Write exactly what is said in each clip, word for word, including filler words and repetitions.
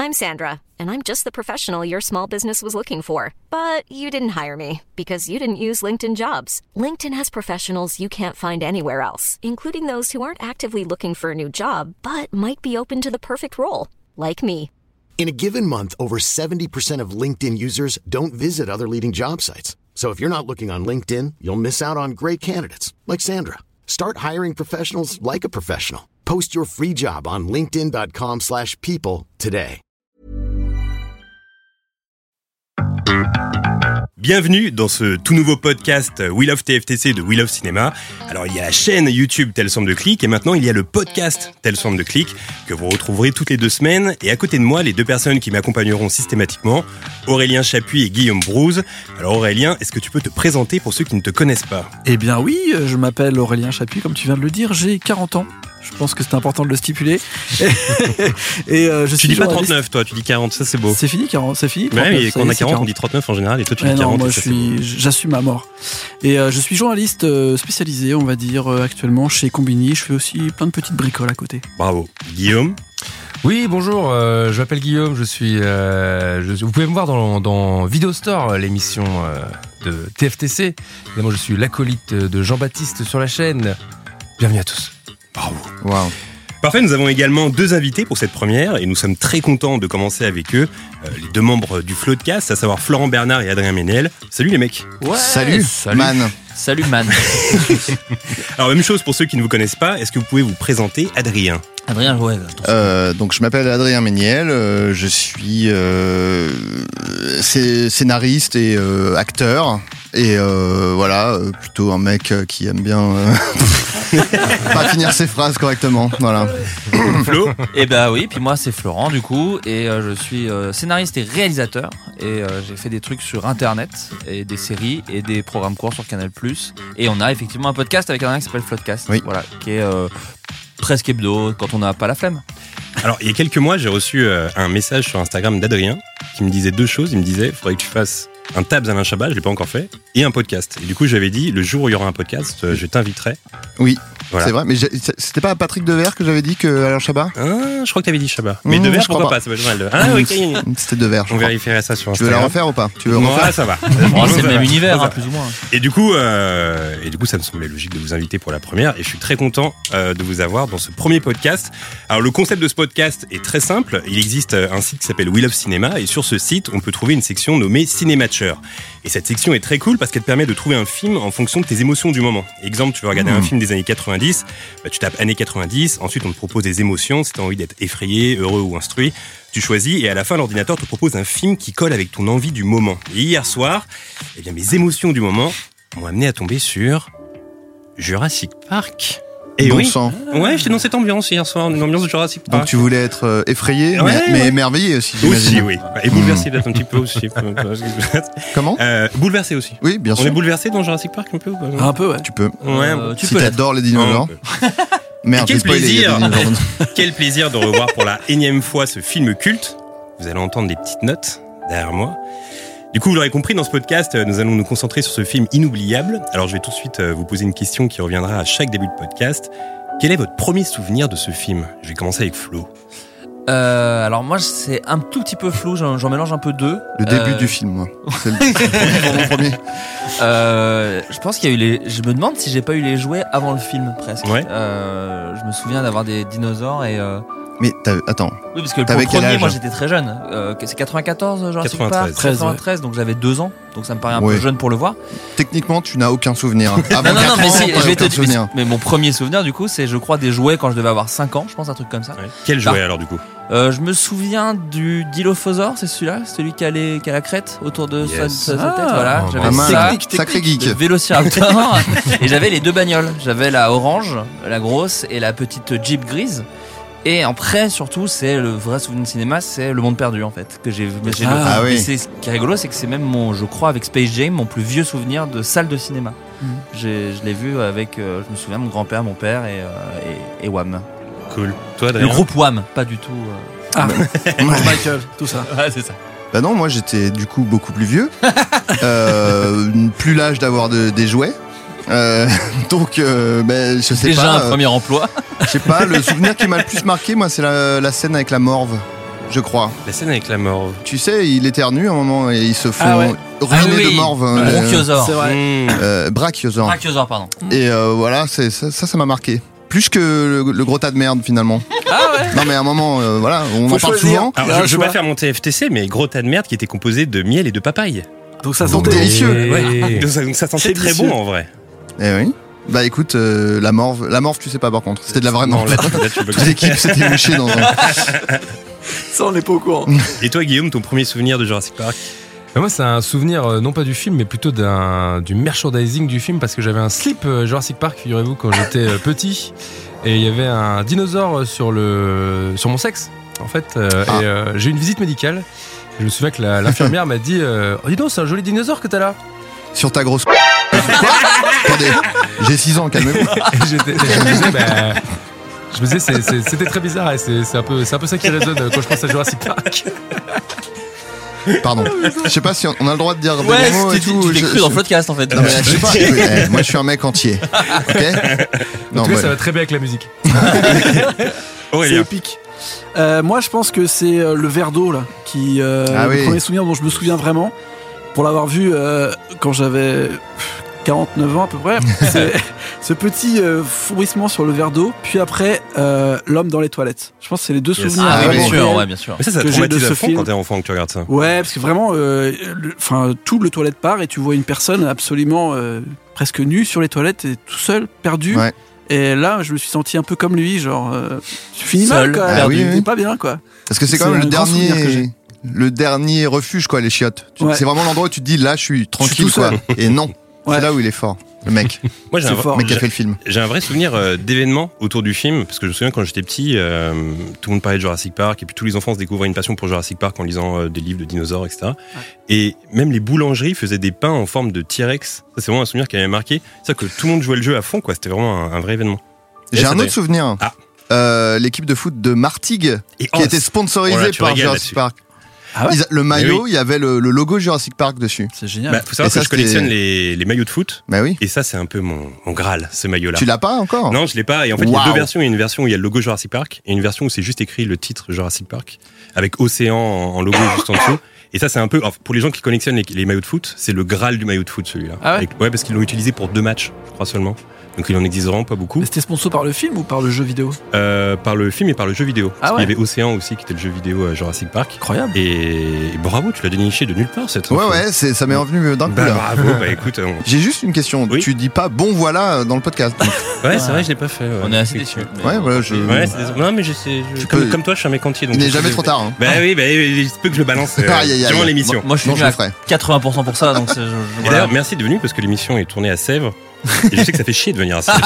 I'm Sandra, and I'm just the professional your small business was looking for. But you didn't hire me because you didn't use LinkedIn Jobs. LinkedIn has professionals you can't find anywhere else, including those who aren't actively looking for a new job, but might be open to the perfect role, like me. In a given month, over seventy percent of LinkedIn users don't visit other leading job sites. So if you're not looking on LinkedIn, you'll miss out on great candidates like Sandra. Start hiring professionals like a professional. Post your free job on linkedin.com slash people today. Bienvenue dans ce tout nouveau podcast We Love T F T C de We Love Cinéma. Alors il y a la chaîne YouTube Telle Somme de Clics et maintenant il y a le podcast Telle Somme de Clics que vous retrouverez toutes les deux semaines. Et à côté de moi, les deux personnes qui m'accompagneront systématiquement, Aurélien Chapuis et Guillaume Brouze. Alors Aurélien, est-ce que tu peux te présenter pour ceux qui ne te connaissent pas ? Eh bien oui, je m'appelle Aurélien Chapuis, comme tu viens de le dire, j'ai quarante ans. Je pense que c'est important de le stipuler. et, et euh, je tu suis dis pas journaliste. trente-neuf, toi, tu dis quarante, ça c'est beau. C'est fini, quarante, c'est fini. Ouais, mais ça quand on y a est, c'est quarante, on quarante. dit trente-neuf en général, et toi tu Eh dis non, quarante. moi et je ça, suis, j'assume ma mort. Et euh, je suis journaliste euh, spécialisé, on va dire, euh, actuellement chez Combini. Je fais aussi plein de petites bricoles à côté. Bravo. Guillaume ? Oui, bonjour, euh, je m'appelle Guillaume, je suis, euh, je, vous pouvez me voir dans, dans Video Store, l'émission euh, de T F T C. Évidemment, je suis l'acolyte de Jean-Baptiste sur la chaîne. Bienvenue à tous. Bravo. Waouh. Parfait, nous avons également deux invités pour cette première et nous sommes très contents de commencer avec eux, euh, les deux membres du Floodcast, à savoir Florent Bernard et Adrien Méniel. Salut les mecs. Ouais, Salut, salut, man. Salut man. Alors même chose pour ceux qui ne vous connaissent pas, est-ce que vous pouvez vous présenter Adrien ? Adrien, ouais. Euh, donc je m'appelle Adrien Méniel, euh, je suis euh, c- scénariste et euh, acteur. Et euh, voilà, euh, plutôt un mec euh, qui aime bien euh, pas finir ses phrases correctement. Voilà. Flo ? Et bah oui, puis moi c'est Florent du coup, et euh, je suis euh, scénariste et réalisateur, et euh, j'ai fait des trucs sur internet, et des séries, et des programmes courts sur Canal plus, et on a effectivement un podcast avec un qui s'appelle Floodcast, Oui. voilà, qui est euh, presque hebdo quand on n'a pas la flemme. Alors il y a quelques mois, j'ai reçu euh, un message sur Instagram d'Adrien qui me disait deux choses. Il me disait, il faudrait que tu fasses un Tabs Alain Chabat, je l'ai pas encore fait, et un podcast. Et du coup, j'avais dit, le jour où il y aura un podcast, euh, je t'inviterai. Oui, Voilà. c'est vrai. Mais j'ai- c'était pas à Patrick Devers que j'avais dit que Alain Chabat. Ah, je crois que t'avais dit Chabat. Mais Mmh, Devers, je crois pourquoi pas, pas. ça va être mal. De... Ah, ok. C'était Devers. je On crois. vérifierait ça sur Tu veux Instagram. la refaire ou pas? Tu veux Ouais, refaire ça va. Oh, c'est Ça le même va. univers, Ça hein, va. plus ou moins. Et du coup, euh, et du coup, ça me semblait logique de vous inviter pour la première. Et je suis très content euh, de vous avoir dans ce premier podcast. Alors, le concept de ce podcast est très simple. Il existe un site qui s'appelle We Love Cinéma, et sur ce site, on peut trouver une section nommée Cinématcher. Et cette section est très cool parce qu'elle te permet de trouver un film en fonction de tes émotions du moment. Exemple, tu veux regarder Mmh. un film des années quatre-vingt-dix, bah, tu tapes années quatre-vingt-dix. Ensuite, on te propose des émotions. Si tu as envie d'être effrayé, heureux ou instruit, tu choisis, et à la fin, l'ordinateur te propose un film qui colle avec ton envie du moment. Et hier soir, eh bien, mes émotions du moment m'ont amené à tomber sur Jurassic Park. Et Bon oui, sang. ouais, j'étais dans cette ambiance hier soir, une ambiance de Jurassic Park. Donc tu voulais être euh, effrayé, Ouais, mais, ouais. mais émerveillé aussi. Aussi, j'imagine. oui. Et bouleversé peut-être un petit peu aussi. Comment? euh, bouleversé aussi. Oui, bien On sûr. est bouleversé dans Jurassic Park un peu ou pas Un peu, ouais. Tu peux. Ouais, Euh, bon. tu Si peux l'être. t'adores les Ouais, dinosaures. un peu. Merde, Et quel j'ai spoilé, il y a des plaisir. dinosaures. Quel plaisir de revoir pour la énième fois ce film culte. Vous allez entendre des petites notes derrière moi. Du coup, vous l'aurez compris, dans ce podcast, nous allons nous concentrer sur ce film inoubliable. Alors, je vais tout de suite vous poser une question qui reviendra à chaque début de podcast. Quel est votre premier souvenir de ce film ? Je vais commencer avec Flo. Euh, alors moi c'est un tout petit peu flou, j'en, j'en mélange un peu deux. Le début Euh, du film, moi. C'est le c'est le premier pour mon premier. Euh, je pense qu'il y a eu les. Je me demande si j'ai pas eu les jouets avant le film presque. Ouais. Euh, je me souviens d'avoir des dinosaures et. Euh... Mais t'as- attends, Oui, parce que le T'avais quel premier, âge moi j'étais très jeune. Euh, c'est quatre-vingt-quatorze, Jurassic Park. quatre-vingt-treize. quatre-vingt-treize, donc j'avais deux ans. Donc ça me paraît un Ouais. peu jeune pour le voir. techniquement, tu n'as aucun souvenir. Avant Non, non, non, quatre mais ans, si, t'as je vais te aucun dire. souvenir. Mais mon premier souvenir, du coup, c'est, je crois, des jouets quand je devais avoir cinq ans, je pense, un truc comme ça. Ouais. Quel jouet alors du coup ? Euh, je me souviens du Dilophosaure, c'est celui-là, celui qui a, les, qui a la crête autour de sa, Yes. sa- sa tête. Ah, Voilà, pas j'avais mal. ça. Technique, Sacré geek. Le Vélociraptor. Et j'avais les deux bagnoles. J'avais la orange, la grosse, et la petite Jeep grise. Et après, surtout, c'est le vrai souvenir de cinéma, c'est Le Monde Perdu, en fait, que j'ai, mais j'ai Ah, le- ah oui. mais c'est, ce qui est rigolo, c'est que c'est même mon, je crois, avec Space Jam, mon plus vieux souvenir de salle de cinéma. Mhm. J'ai, je l'ai vu avec, euh, je me souviens, mon grand-père, mon père et, euh, et, et Wham. Cool. Toi, Adrien ? Le groupe Wham, pas du tout. euh, Ah, George Michael, tout ça. Ouais, c'est ça. Bah non, moi j'étais du coup beaucoup plus vieux. euh, plus l'âge d'avoir de- des jouets. Euh, donc, euh, ben, je sais Déjà pas. un euh, premier emploi. Je sais pas, le souvenir qui m'a le plus marqué, moi, c'est la, la scène avec la morve. je crois. La scène avec la morve. Tu sais, il éternue à un moment et ils se font Ah ouais. ruiner Ah oui, de morve. le euh, Bronchiosaure. C'est vrai. Mmh. euh, Brachiosaure. Brachiosaure, pardon. Et euh, voilà, c'est, ça, ça, ça m'a marqué. Plus que le, le gros tas de merde finalement. Ah ouais. Non mais à un moment, euh, voilà, on Faut en parle choisir. souvent. Alors, Ah, je, je je veux pas vois. faire mon T F T C, mais gros tas de merde qui était composé de miel et de papaye. Donc ça Donc sentait délicieux. Ouais. Donc ça, donc ça sentait C'est très délicieux. bon en vrai. Eh oui. Bah écoute, euh, la morve, la morve, tu sais pas par contre. C'était de la vraie Non, morve. là, tu- là, tu peux- Toute l'équipe s'était mouchée dans un. Ça, on n'est pas au courant. Et toi, Guillaume, ton premier souvenir de Jurassic Park? Bah, moi, c'est un souvenir euh, non pas du film, mais plutôt d'un du merchandising du film parce que j'avais un slip euh, Jurassic Park, figurez-vous, quand j'étais euh, petit, et il y avait un dinosaure sur le sur mon sexe, en fait. euh, Ah. Et euh, j'ai eu une visite médicale. Je me souviens que la- l'infirmière m'a dit euh, oh, dis donc, c'est un joli dinosaure que t'as là. Sur ta grosse. Attendez, j'ai six ans, calmez-vous. Et j'étais- et je me disais, bah, je me disais, c'est- c'est- c'était très bizarre et c'est c'est un peu c'est un peu ça qui résonne quand je pense à Jurassic Park. Pardon. Je sais pas si on on a le droit de dire Ouais, des mots et tu tout. l'es je- cru dans le je- podcast en fait. Non, mais je sais pas. Eh, moi, je suis un mec entier. Ok. En Non, tout cas, ouais. ça va très bien avec la musique. C'est Aurélien. épique. Euh, moi, je pense que c'est euh, le verre d'eau là, qui euh, Ah le oui. premier souvenir dont je me souviens vraiment, pour l'avoir vu euh, quand j'avais pff, quarante-neuf ans à peu près. C'est ce petit euh, fourbissement sur le verre d'eau, puis après euh, l'homme dans les toilettes. Je pense que c'est les deux Yes. souvenirs Ah, Ah, oui, vraiment bien sûr, réels. ouais, bien sûr. Mais ça, ça que j'ai traumatise de à ce fond film. quand t'es enfant que tu regardes ça. Ouais, parce que vraiment, euh, le- enfin, tout le toilette part et tu vois une personne absolument euh, presque nue sur les toilettes et tout seul, perdu. Ouais. Et là, je me suis senti un peu comme lui, genre, euh, je finis Seul, mal, quoi. Ah oui, C'est oui. pas bien, quoi. Parce que c'est quand C'est même le un grand souvenir que dernier. j'ai. Le dernier refuge, quoi, les chiottes. Tu- Ouais. C'est vraiment l'endroit où tu te dis, là, je suis tranquille, tout quoi. seul. Et non. Ouais. C'est là où il est fort, le mec. Moi, j'ai C'est un, fort. Le mec qui a j'ai- fait le film. j'ai un vrai souvenir euh, d'événements autour du film, parce que je me souviens quand j'étais petit, euh, tout le monde parlait de Jurassic Park, et puis tous les enfants se découvraient une passion pour Jurassic Park en lisant euh, des livres de dinosaures, et cetera. Et même les boulangeries faisaient des pains en forme de T-Rex. Ça, c'est vraiment un souvenir qui m'avait marqué. C'est ça que tout le monde jouait le jeu à fond, quoi. C'était vraiment un, un vrai événement. Et J'ai ça un fait- autre souvenir. Ah. Euh, L'équipe de foot de Martigues, Et qui oh, était sponsorisée oh là, tu par régales Jurassic là-dessus. Park. Ah ouais Ils a- le maillot, oui. il y avait le, le logo Jurassic Park dessus. C'est génial. bah, faut savoir Et ça, que je collectionne c'était- les, les maillots de foot, Bah oui. et ça, c'est un peu mon, mon Graal, ce maillot-là. Tu l'as pas encore? Non, je l'ai pas. Et en fait, il y a Waouh. deux versions. Il y a une version où il y a le logo Jurassic Park et une version où c'est juste écrit le titre Jurassic Park avec Océan en, en logo juste en dessous. Et ça, c'est un peu, alors, pour les gens qui collectionnent les, les maillots de foot, c'est le Graal du maillot de foot, celui-là. Ah ouais Avec- ouais, parce qu'ils l'ont utilisé pour deux matchs, je crois seulement. Donc il en existe vraiment pas beaucoup. Mais c'était sponsor par le film ou par le jeu vidéo? Euh, par le film et par le jeu vidéo. Parce Ah qu'il ouais. y avait Océan aussi, qui était le jeu vidéo euh, Jurassic Park. Incroyable. Et, et bravo, tu l'as déniché de nulle part, cette Ouais, info. ouais, c'est- ça m'est revenu d'un coup Bah, là. bravo, bah écoute, on- J'ai juste une question. Oui. Tu dis pas bon voilà dans le podcast. ouais, c'est vrai, je l'ai pas fait. ouais. On est assez déçus. mais- Ouais, voilà, je. Ouais, c'est désolé. Non, mais je sais, je- Tu comme, peux- comme toi, je suis un mec entier. donc Il n'est je sais jamais que- trop tard. Hein. Bah oui, bah, il se peut que je le balance euh, Aïe, aïe, aïe. durant Moi, l'émission. moi, je suis Non, venu je le à ferai. quatre-vingts pour cent pour ça, donc c'est- je- je- Et voilà. d'ailleurs, merci de venir parce que l'émission est tournée à Sèvres. Et je sais que ça fait chier de venir à Sèvres.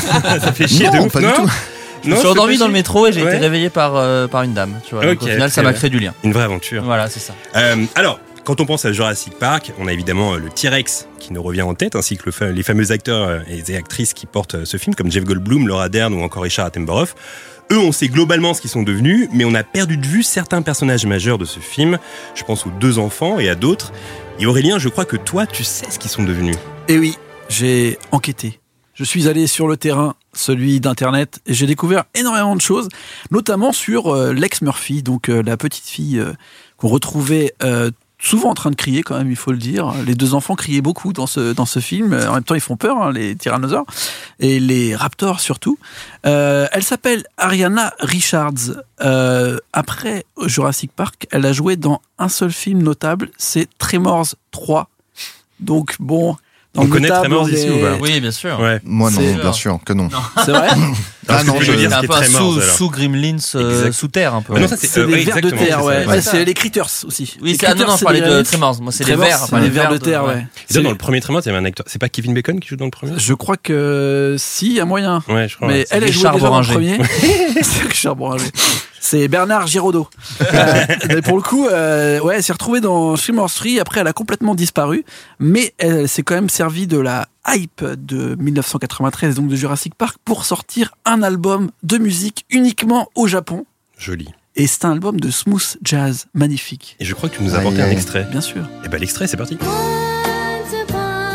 ça fait chier de Non, ouf. pas du non tout. Je me suis c'est endormi pas dans le chier. métro et j'ai Ouais. été réveillé par, euh, par une dame. Tu vois, donc Ok, au final, ça très m'a bien. créé du lien. Une vraie aventure. Voilà, c'est ça. Euh, alors, quand on pense à Jurassic Park, on a évidemment euh, le T-Rex qui nous revient en tête, ainsi que le fa- les fameux acteurs euh, et les actrices qui portent euh, ce film, comme Jeff Goldblum, Laura Dern ou encore Richard Attenborough. Eux, on sait globalement ce qu'ils sont devenus, mais on a perdu de vue certains personnages majeurs de ce film. Je pense aux deux enfants et à d'autres. Et Aurélien, je crois que toi, tu sais ce qu'ils sont devenus. Et oui, j'ai enquêté. Je suis allé sur le terrain, celui d'Internet, et j'ai découvert énormément de choses, notamment sur euh, Lex Murphy, donc euh, la petite fille euh, qu'on retrouvait euh, souvent en train de crier, quand même, il faut le dire. Les deux enfants criaient beaucoup dans ce, dans ce film. En même temps, ils font peur, hein, les tyrannosaures, et les raptors surtout. Euh, elle s'appelle Ariana Richards. Euh, après Jurassic Park, elle a joué dans un seul film notable, c'est Tremors trois. Donc bon... Dans On le connaît notable, Tremors on ici est- ou pas Oui, bien sûr. Ouais. Moi non, C'est- bien sûr que non. C'est vrai? Ah non, tu je- veux dire C'est ce un qui est peu un très mort, sous, alors. sous Gremlins, euh, Exact. sous terre un peu. Ah non, ça, c'est- C'est euh, les ouais, vers de exactement, terre, c'est ouais. ça, Ouais, ouais. c'est les critters aussi. Oui, Les c'est ah non, critters, non, je c'est parlais les de Gremlins. Tremors. Moi, c'est les Tremors, vers. c'est enfin, les vers de terre, ouais. Et C'est- là, dans le premier Tremors, il y avait un acteur. C'est pas Kevin Bacon qui joue dans le premier? Je crois que si, il y a moyen. Ouais, je crois. Mais ouais. elle, elle jouait Richard déjà dans le Bohringer. premier. C'est Richard Bohringer. C'est Bernard Giraudot. Euh, mais pour le coup, euh, ouais, elle s'est retrouvée dans Tremors trois. Après, elle a complètement disparu. Mais elle s'est quand même servie de la hype de dix-neuf cent quatre-vingt-treize, donc de Jurassic Park, pour sortir un album de musique uniquement au Japon. Joli. Et c'est un album de smooth jazz magnifique. Et je crois que tu nous as Aïe, apporté un aïe. extrait. Bien sûr. Et ben l'extrait, c'est parti. Once upon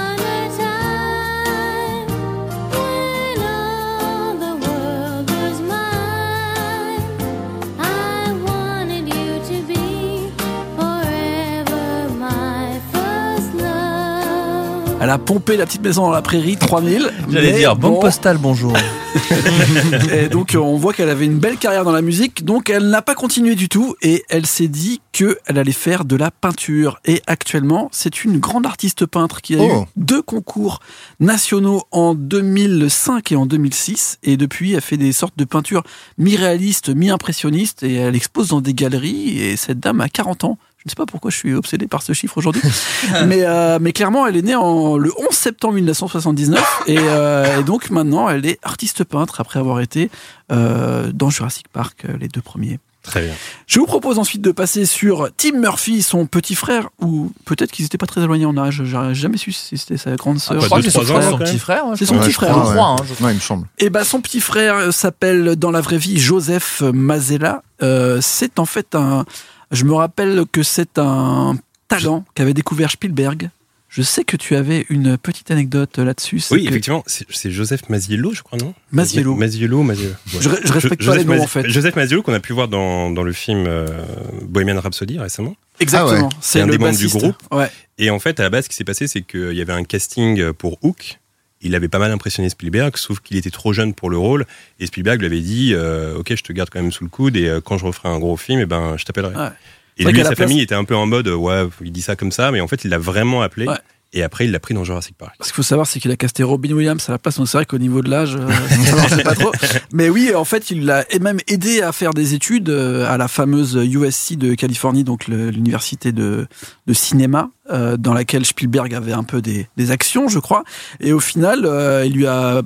a time, when all the world was mine, I wanted you to Elle a pompé La Petite Maison dans la Prairie, trois mille. J'allais mais dire, bon. banque postale, bonjour. Et donc on voit qu'elle avait une belle carrière dans la musique, donc elle n'a pas continué du tout et elle s'est dit qu'elle allait faire de la peinture. Et actuellement, c'est une grande artiste peintre qui a Oh. eu deux concours nationaux en deux mille cinq et en deux mille six. Et depuis, elle fait des sortes de peintures mi-réalistes, mi-impressionnistes et elle expose dans des galeries. Et cette dame a quarante ans. Je ne sais pas pourquoi je suis obsédé par ce chiffre aujourd'hui, mais, euh, mais clairement, elle est née en, le onze septembre mille neuf cent soixante-dix-neuf et, euh, et donc maintenant, elle est artiste peintre après avoir été euh, dans Jurassic Park, euh, les deux premiers. Très bien. Je vous propose ensuite de passer sur Tim Murphy, son petit frère, ou peut-être qu'ils n'étaient pas très éloignés en âge. J'ai jamais su si c'était sa grande sœur. Pas Je crois deux, que c'est trois ans, son quand petit même. frère. ouais, C'est je son crois. petit je frère, crois, je ouais. crois, hein, je crois. Ouais, il me semble. Et bah son petit frère s'appelle dans la vraie vie Joseph Mazella. Euh, c'est en fait un. Je me rappelle que c'est un talent qu'avait découvert Spielberg. Je sais que tu avais une petite anecdote là-dessus. c'est Oui, que- effectivement, c'est c'est Joseph Maziello, je crois, non Maziello. Maziello, Maziello. Ouais. Je, je respecte Jo- pas les Joseph noms Mazi- en fait. Joseph Maziello qu'on a pu voir dans, dans le film euh, Bohemian Rhapsody récemment. Exactement. Ah C'est C'est un le des membres du bassiste. groupe. Ouais. Et en fait, à la base, ce qui s'est passé, c'est qu'il y avait un casting pour Hook. Il avait pas mal impressionné Spielberg, sauf qu'il était trop jeune pour le rôle. Et Spielberg lui avait dit euh, Ok, je te garde quand même sous le coude, et euh, quand je referai un gros film, eh ben, je t'appellerai. Ouais. Et C'est vrai lui et qu'à sa la place- famille étaient un peu en mode Ouais, il dit ça comme ça, mais en fait, il l'a vraiment appelé. Ouais. Et après, il l'a pris dans Jurassic Park. Ce qu'il faut savoir, c'est qu'il a casté Robin Williams à la place. Donc c'est vrai qu'au niveau de l'âge, euh, ça marchait pas trop. Mais oui, en fait, il l'a même aidé à faire des études euh, à la fameuse U S C de Californie, donc le- l'université de, de cinéma, euh, dans laquelle Spielberg avait un peu des, des actions, je crois. Et au final, euh, il lui a.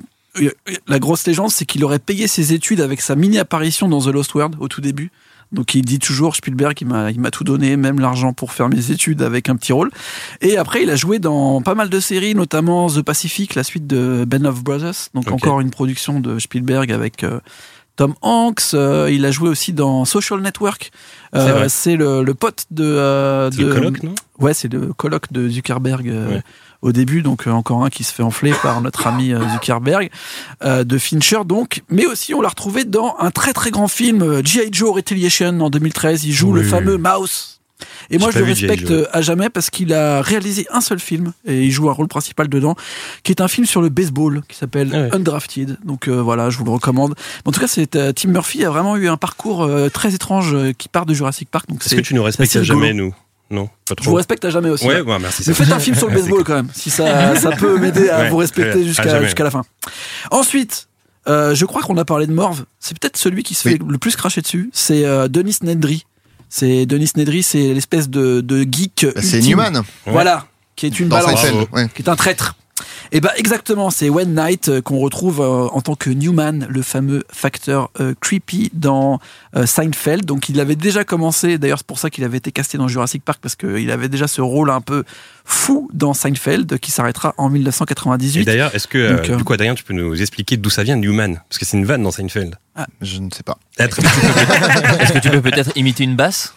La grosse légende, c'est qu'il aurait payé ses études avec sa mini apparition dans The Lost World au tout début. Donc il dit toujours, Spielberg, il m'a, il m'a tout donné, même l'argent pour faire mes études avec un petit rôle. Et après, il a joué dans pas mal de séries, notamment The Pacific, la suite de Band of Brothers. Donc Ok. encore une production de Spielberg avec euh, Tom Hanks. Euh, il a joué aussi dans Social Network. Euh, C'est vrai. c'est le, le pote de... euh, C'est de le colloque, non Ouais, c'est le colloque de Zuckerberg euh, Ouais. au début, donc euh, encore un qui se fait enfler par notre ami euh, Zuckerberg, euh, de Fincher donc, mais aussi on l'a retrouvé dans un très très grand film, euh, G I. Joe Retaliation en deux mille treize, il joue le Oui. fameux Mouse. Et moi J'ai je pas le vu G I. respecte Joe. euh, à jamais parce qu'il a réalisé un seul film et il joue un rôle principal dedans, qui est un film sur le baseball qui s'appelle Ah ouais. Undrafted. Donc euh, voilà, je vous le recommande. En tout cas, c'est euh, Tim Murphy a vraiment eu un parcours euh, très étrange euh, qui part de Jurassic Park. Donc Est-ce c'est que tu nous respectes assez à rigolo. jamais, nous Non, pas je vous trop. respecte à jamais aussi. Ouais, ouais. ouais, merci. Mais ça. faites un film sur le Ouais, baseball quand même, si ça, ça peut m'aider à Ouais, vous respecter très bien. À jusqu'à jamais. jusqu'à la fin. Ensuite, euh, je crois qu'on a parlé de Morve. C'est peut-être celui qui se Oui. fait le plus cracher dessus. C'est euh, Denis Nedry. C'est Denis Nedry, c'est l'espèce de, de geek. Bah, c'est ultime. Newman Voilà, qui est une dans balance, Seinfeld. Bravo. Ouais. qui est un traître. Et bah exactement, c'est Wayne Knight euh, qu'on retrouve euh, en tant que Newman, le fameux facteur euh, creepy dans euh, Seinfeld. Donc il avait déjà commencé, d'ailleurs c'est pour ça qu'il avait été casté dans Jurassic Park, parce qu'il avait déjà ce rôle un peu fou dans Seinfeld qui s'arrêtera en mille neuf cent Et quatre-vingt-dix-huit. d'ailleurs, est-ce que, euh, Donc, euh, du coup, Adrien, tu peux nous expliquer d'où ça vient, Newman Parce que c'est une vanne dans Seinfeld. Je ne sais pas. Ah, très bien. Est-ce que tu peux peut-être imiter une basse?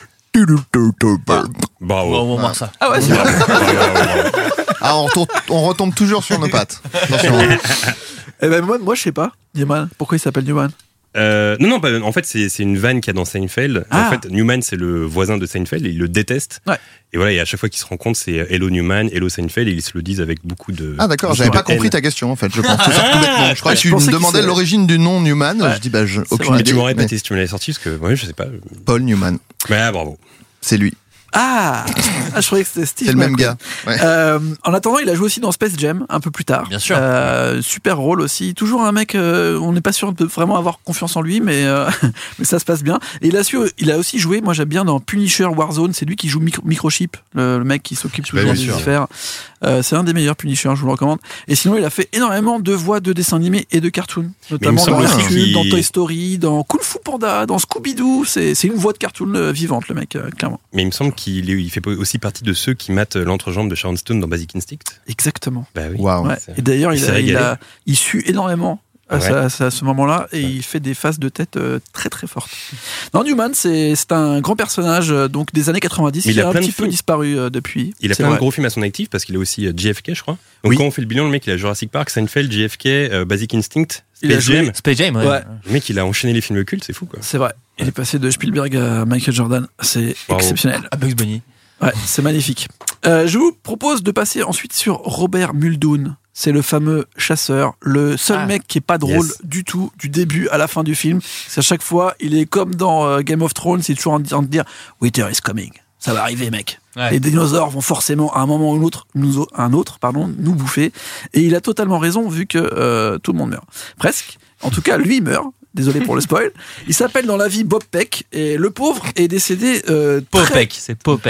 Bravo. On va voir ça. Ah ouais, c'est vrai. Ah, on, retourne- on retombe toujours sur nos pattes. Attention. Eh ben moi, moi je sais pas, Newman. Pourquoi il s'appelle Newman? Euh, non, non, pas- en fait, c'est c'est une vanne qu'il y a dans Seinfeld. Ah. En fait, Newman, c'est le voisin de Seinfeld et il le déteste. Ouais. Et voilà, et à chaque fois qu'ils se rencontrent, c'est Hello Newman, Hello Seinfeld, et ils se le disent avec beaucoup de. Ah d'accord, beaucoup j'avais de pas haine. compris ta question en fait. Je pense tout ça tout bêtement. Je crois que Je tu pensais me qu'il demandais savait. l'origine du nom Newman. Ouais. Je dis bah je, C'est aucune vrai. Mais idée. tu m'aurais mais répété si tu me l'avais sorti, parce que ouais, je sais pas. Paul Newman, Ouais, bravo. c'est lui. Ah, ah je croyais que c'était Steve. C'est le même McQueen. gars. Ouais. Euh, en attendant, il a joué aussi dans Space Jam un peu plus tard. Bien sûr. Euh, super rôle aussi. Toujours un mec, euh, on n'est pas sûr de vraiment avoir confiance en lui, mais, euh, mais ça se passe bien. Et il a, su, il a aussi joué, moi j'aime bien, dans Punisher Warzone. C'est lui qui joue micro, Microchip, le, le mec qui s'occupe J'ai toujours pas des vu, sûr. affaires. Euh, c'est un des meilleurs Punisher, je vous le recommande. Et sinon, il a fait énormément de voix de dessins animés et de cartoons, notamment semble dans aussi Hercule, qu'il- dans Toy Story, dans Kung Fu Panda, dans Scooby-Doo. C'est c'est une voix de cartoon euh, vivante, le mec, euh, clairement. Mais il me semble qu'il est- il fait aussi partie de ceux qui matent l'entrejambe de Sharon Stone dans Basic Instinct. Exactement. Bah oui. Waouh. Ouais. c'est- Et d'ailleurs, il il, s'est a- il, régalé. a- il sue énormément à, Ouais. sa- à ce moment-là et il fait des phases de tête euh, très très fortes. Non, Newman, c'est c'est un grand personnage euh, donc des années quatre-vingt-dix Mais il qui a a un plein de petit peu films. disparu euh, depuis. Il a C'est plein de vrai. gros films à son actif parce qu'il a aussi euh, J F K, je crois. Donc Oui. quand on fait le bilan, le mec, il a Jurassic Park, Seinfeld, J F K, euh, Basic Instinct, Il a Space joué- Jam. Space Jam, ouais. Ouais. Le mec, il a enchaîné les films cultes, c'est fou, quoi. C'est vrai. Il est passé de Spielberg à Michael Jordan. C'est Bravo. exceptionnel. À Bugs Bunny. Ouais, c'est magnifique. Euh, je vous propose de passer ensuite sur Robert Muldoon. C'est le fameux chasseur, le seul Ah. mec qui est pas drôle Yes. du tout, du début à la fin du film. C'est à chaque fois, il est comme dans euh, Game of Thrones, il est toujours en train de dire « Winter is coming ». Ça va arriver, mec. Ouais. Les dinosaures vont forcément, à un moment ou un autre, nous, un autre, pardon, nous bouffer. Et il a totalement raison, vu que euh, tout le monde meurt. Presque. En tout cas, lui, il meurt. Désolé pour le spoil. Il s'appelle dans la vie Bob Peck. Et le pauvre est décédé... Euh, très- Popek, c'est Popek.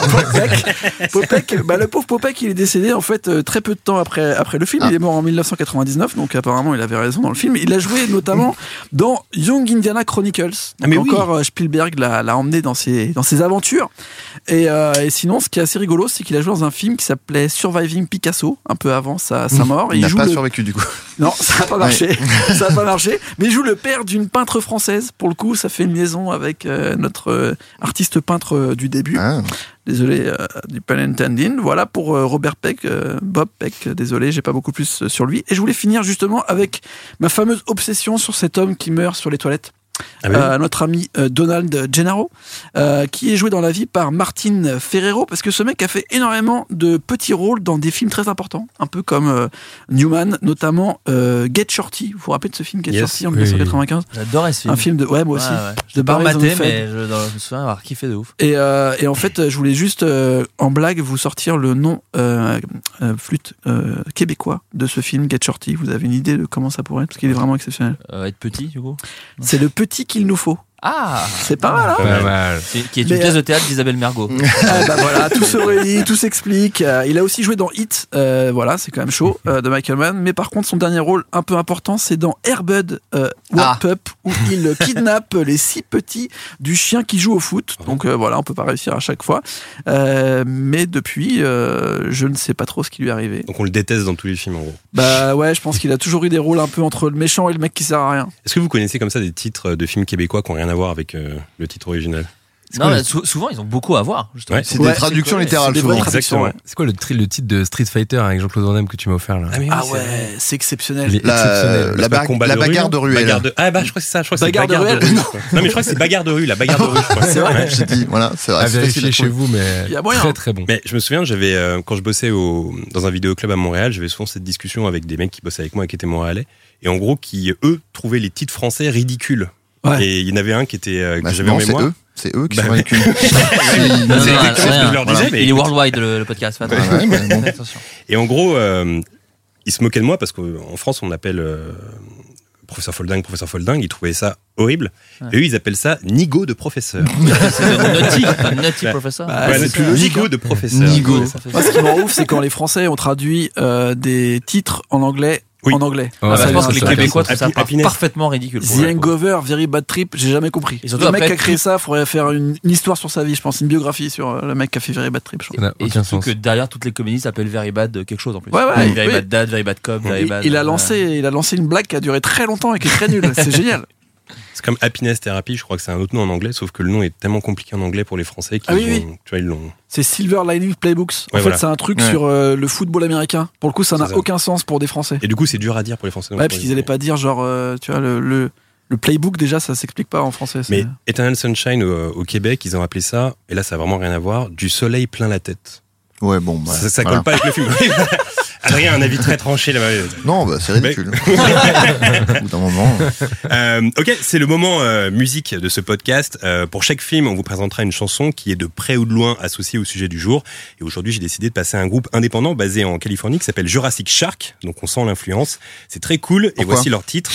Popek. Popek, bah, le pauvre Popek, il est décédé en fait euh, très peu de temps après, après le film. Ah. Il est mort en dix-neuf cent quatre-vingt-dix-neuf, donc apparemment il avait raison dans le film. Il a joué notamment dans Young Indiana Chronicles. Donc, Ah, mais oui. encore euh, Spielberg l'a, l'a emmené dans ses, dans ses aventures. Et, euh, et sinon, ce qui est assez rigolo, c'est qu'il a joué dans un film qui s'appelait Surviving Picasso, un peu avant sa, sa mort. Il n'a joue pas le... survécu du coup. Non, ça n'a pas marché. ça n'a pas marché. Mais il joue le père d'une peintre française. Pour le coup, ça fait une liaison avec euh, notre euh, artiste peintre euh, du début. Ah. Désolé euh, du pun intended. Voilà pour euh, Robert Peck, euh, Bob Peck. euh, Désolé, j'ai pas beaucoup plus euh, sur lui. Et je voulais finir justement avec ma fameuse obsession sur cet homme qui meurt sur les toilettes. Ah bah oui. Euh, notre ami euh, Donald Gennaro, euh, qui est joué dans la vie par Martin Ferrero, parce que ce mec a fait énormément de petits rôles dans des films très importants, un peu comme euh, Newman, notamment euh, Get Shorty. Vous vous rappelez de ce film Get Yes. Shorty en Oui, dix-neuf cent quatre-vingt-quinze? J'adorais ce film. Un film de... Ouais, moi aussi. Ouais, ouais. De Pas Barry maté, Sonnenfeld. mais je, dans- je me souviens avoir kiffé de ouf. Et, euh, et en fait, je voulais juste, euh, en blague, vous sortir le nom euh, euh, flûte euh, québécois de ce film, Get Shorty. Vous avez une idée de comment ça pourrait être? Parce qu'il est vraiment exceptionnel. Euh, être petit, du coup. C'est le petit qu'il nous faut. Ah C'est pas mal, hein? Pas Pas mal. mal. C'est- Qui est Mais, une pièce de théâtre d'Isabelle Mergo. Ah, bah voilà, tout se réunit, tout s'explique. Euh, il a aussi joué dans Hit, euh, voilà, c'est quand même chaud, euh, de Michael Mann. Mais par contre, son dernier rôle un peu important, c'est dans Air Bud euh, World Ah. Pup, où il kidnappe les six petits du chien qui joue au foot. Donc euh, voilà, on peut pas réussir à chaque fois. Euh, mais depuis, euh, je ne sais pas trop ce qui lui est arrivé. Donc on le déteste dans tous les films en gros. Bah ouais, je pense qu'il a toujours eu des rôles un peu entre le méchant et le mec qui sert à rien. Est-ce que vous connaissez comme ça des titres de films québécois qui n'ont rien à voir avec euh, le titre original? Non, mais sou- souvent, ils ont beaucoup à voir, justement. Ouais. C'est Ouais, des traductions c'est- littérales c'est des vraies souvent. traductions, Exactement. ouais. C'est quoi le, tri- le titre de Street Fighter avec Jean-Claude Van Damme que tu m'as offert là? Ah, mais oui, Ah c'est ouais, vrai. c'est Il exceptionnel. est La, exceptionnel. la, C'est pas bar- combat la de rue, bagarre non de ruelle. Bagarre de- Ah bah je crois que c'est ça, je crois que c'est Bagarre de bagarre de ruelle. rue. Non mais je crois que c'est bagarre de rue, la bagarre de rue. je crois. C'est vrai. Ouais. J'ai dit, voilà, c'est vrai. À c'est facile à vérifier chez trouver. vous, mais Il y a moyen. très très bon. Mais je me souviens, j'avais euh, quand je bossais au, dans un vidéoclub à Montréal, j'avais souvent cette discussion avec des mecs qui bossaient avec moi et qui étaient montréalais, et en gros qui eux trouvaient les titres français ridicules. Ouais. Et il y en avait un qui était euh, que Bah, j'avais non, en c'est mémoire. eux. C'est eux qui Bah, sont ouais. avec une. Non, C'est non, exactement non, ce que rien. je leur disais, Voilà. mais Il est écoute- worldwide, le, le podcast. Fais attention. Ouais, mais bon. Fais attention. Et en gros, euh, ils se moquaient de moi parce qu'en France, on appelle euh, professeur Folding, professeur Folding. Ils trouvaient ça horrible. Ouais. Et eux, ils appellent ça nigo de professeur. C'est le Nutty, un Nutty Ouais. Professor. Bah, Ouais, c'est c'est plus logique, nigo hein. de professeur. Nigo. Ouais. Moi, ce qui me rend ouf, c'est quand les Français ont traduit euh, des titres en anglais Oui. en anglais. Ouais, Ah, ça, je pense ça, que les ça, Québécois ça, trouvent ça Happy- par- Happiness. parfaitement ridicule. pour The le coup. Hangover, Very Bad Trip, j'ai jamais compris. Et surtout le mec après, qui a créé tout- ça, faudrait faire une, une histoire sur sa vie, je pense, une biographie sur euh, le mec qui a fait Very Bad Trip. Je Ça crois. n'a Et aucun surtout sens. que derrière toutes les comédies s'appellent Very Bad quelque chose en plus. Ouais, ouais, Very oui. Bad Dad, Very Bad Cop, Very Il, Bad. il a euh, lancé, il a lancé une blague qui a duré très longtemps et qui est très nulle. C'est génial. C'est comme Happiness Therapy, je crois que c'est un autre nom en anglais, sauf que le nom est tellement compliqué en anglais pour les Français qu'ils Ah oui, ont, oui. tu vois, ils l'ont. C'est Silver Lining Playbooks. En Ouais, fait, voilà. c'est un truc Ouais. sur euh, le football américain. Pour le coup, ça C'est n'a ça. aucun sens pour des Français. Et du coup, c'est dur à dire pour les Français. Ouais, parce qu'ils allaient pas dire genre, euh, tu vois, le, le, le playbook déjà, ça s'explique pas en français. c'est- Mais Eternal Sunshine au, au Québec, ils ont appelé ça, et là ça a vraiment rien à voir, du soleil plein la tête. Ouais, bon, bah. ça ça voilà. colle pas avec le film. Adrien a un avis très tranché là-bas. Non, bah, c'est ridicule. Au bout d'un moment. Euh, ok, c'est le moment euh, musique de ce podcast. Euh, pour chaque film, on vous présentera une chanson qui est de près ou de loin associée au sujet du jour. Et aujourd'hui, j'ai décidé de passer à un groupe indépendant basé en Californie qui s'appelle Jurassic Shark. Donc on sent l'influence. C'est très cool. Et Pourquoi voici leur titre.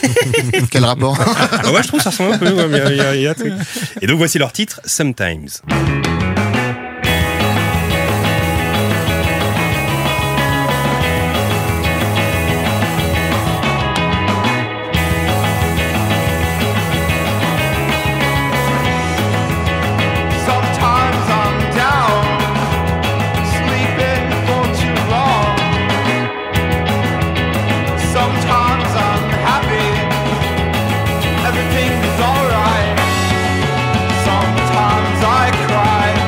Quel rapport? Ah ouais, je trouve que ça ressemble un peu. ouais, mais il y a- il y a un truc. Et donc voici leur titre, Sometimes. Sometimes I'm down, sleeping for too long. Sometimes I'm happy, everything is alright. Sometimes I cry.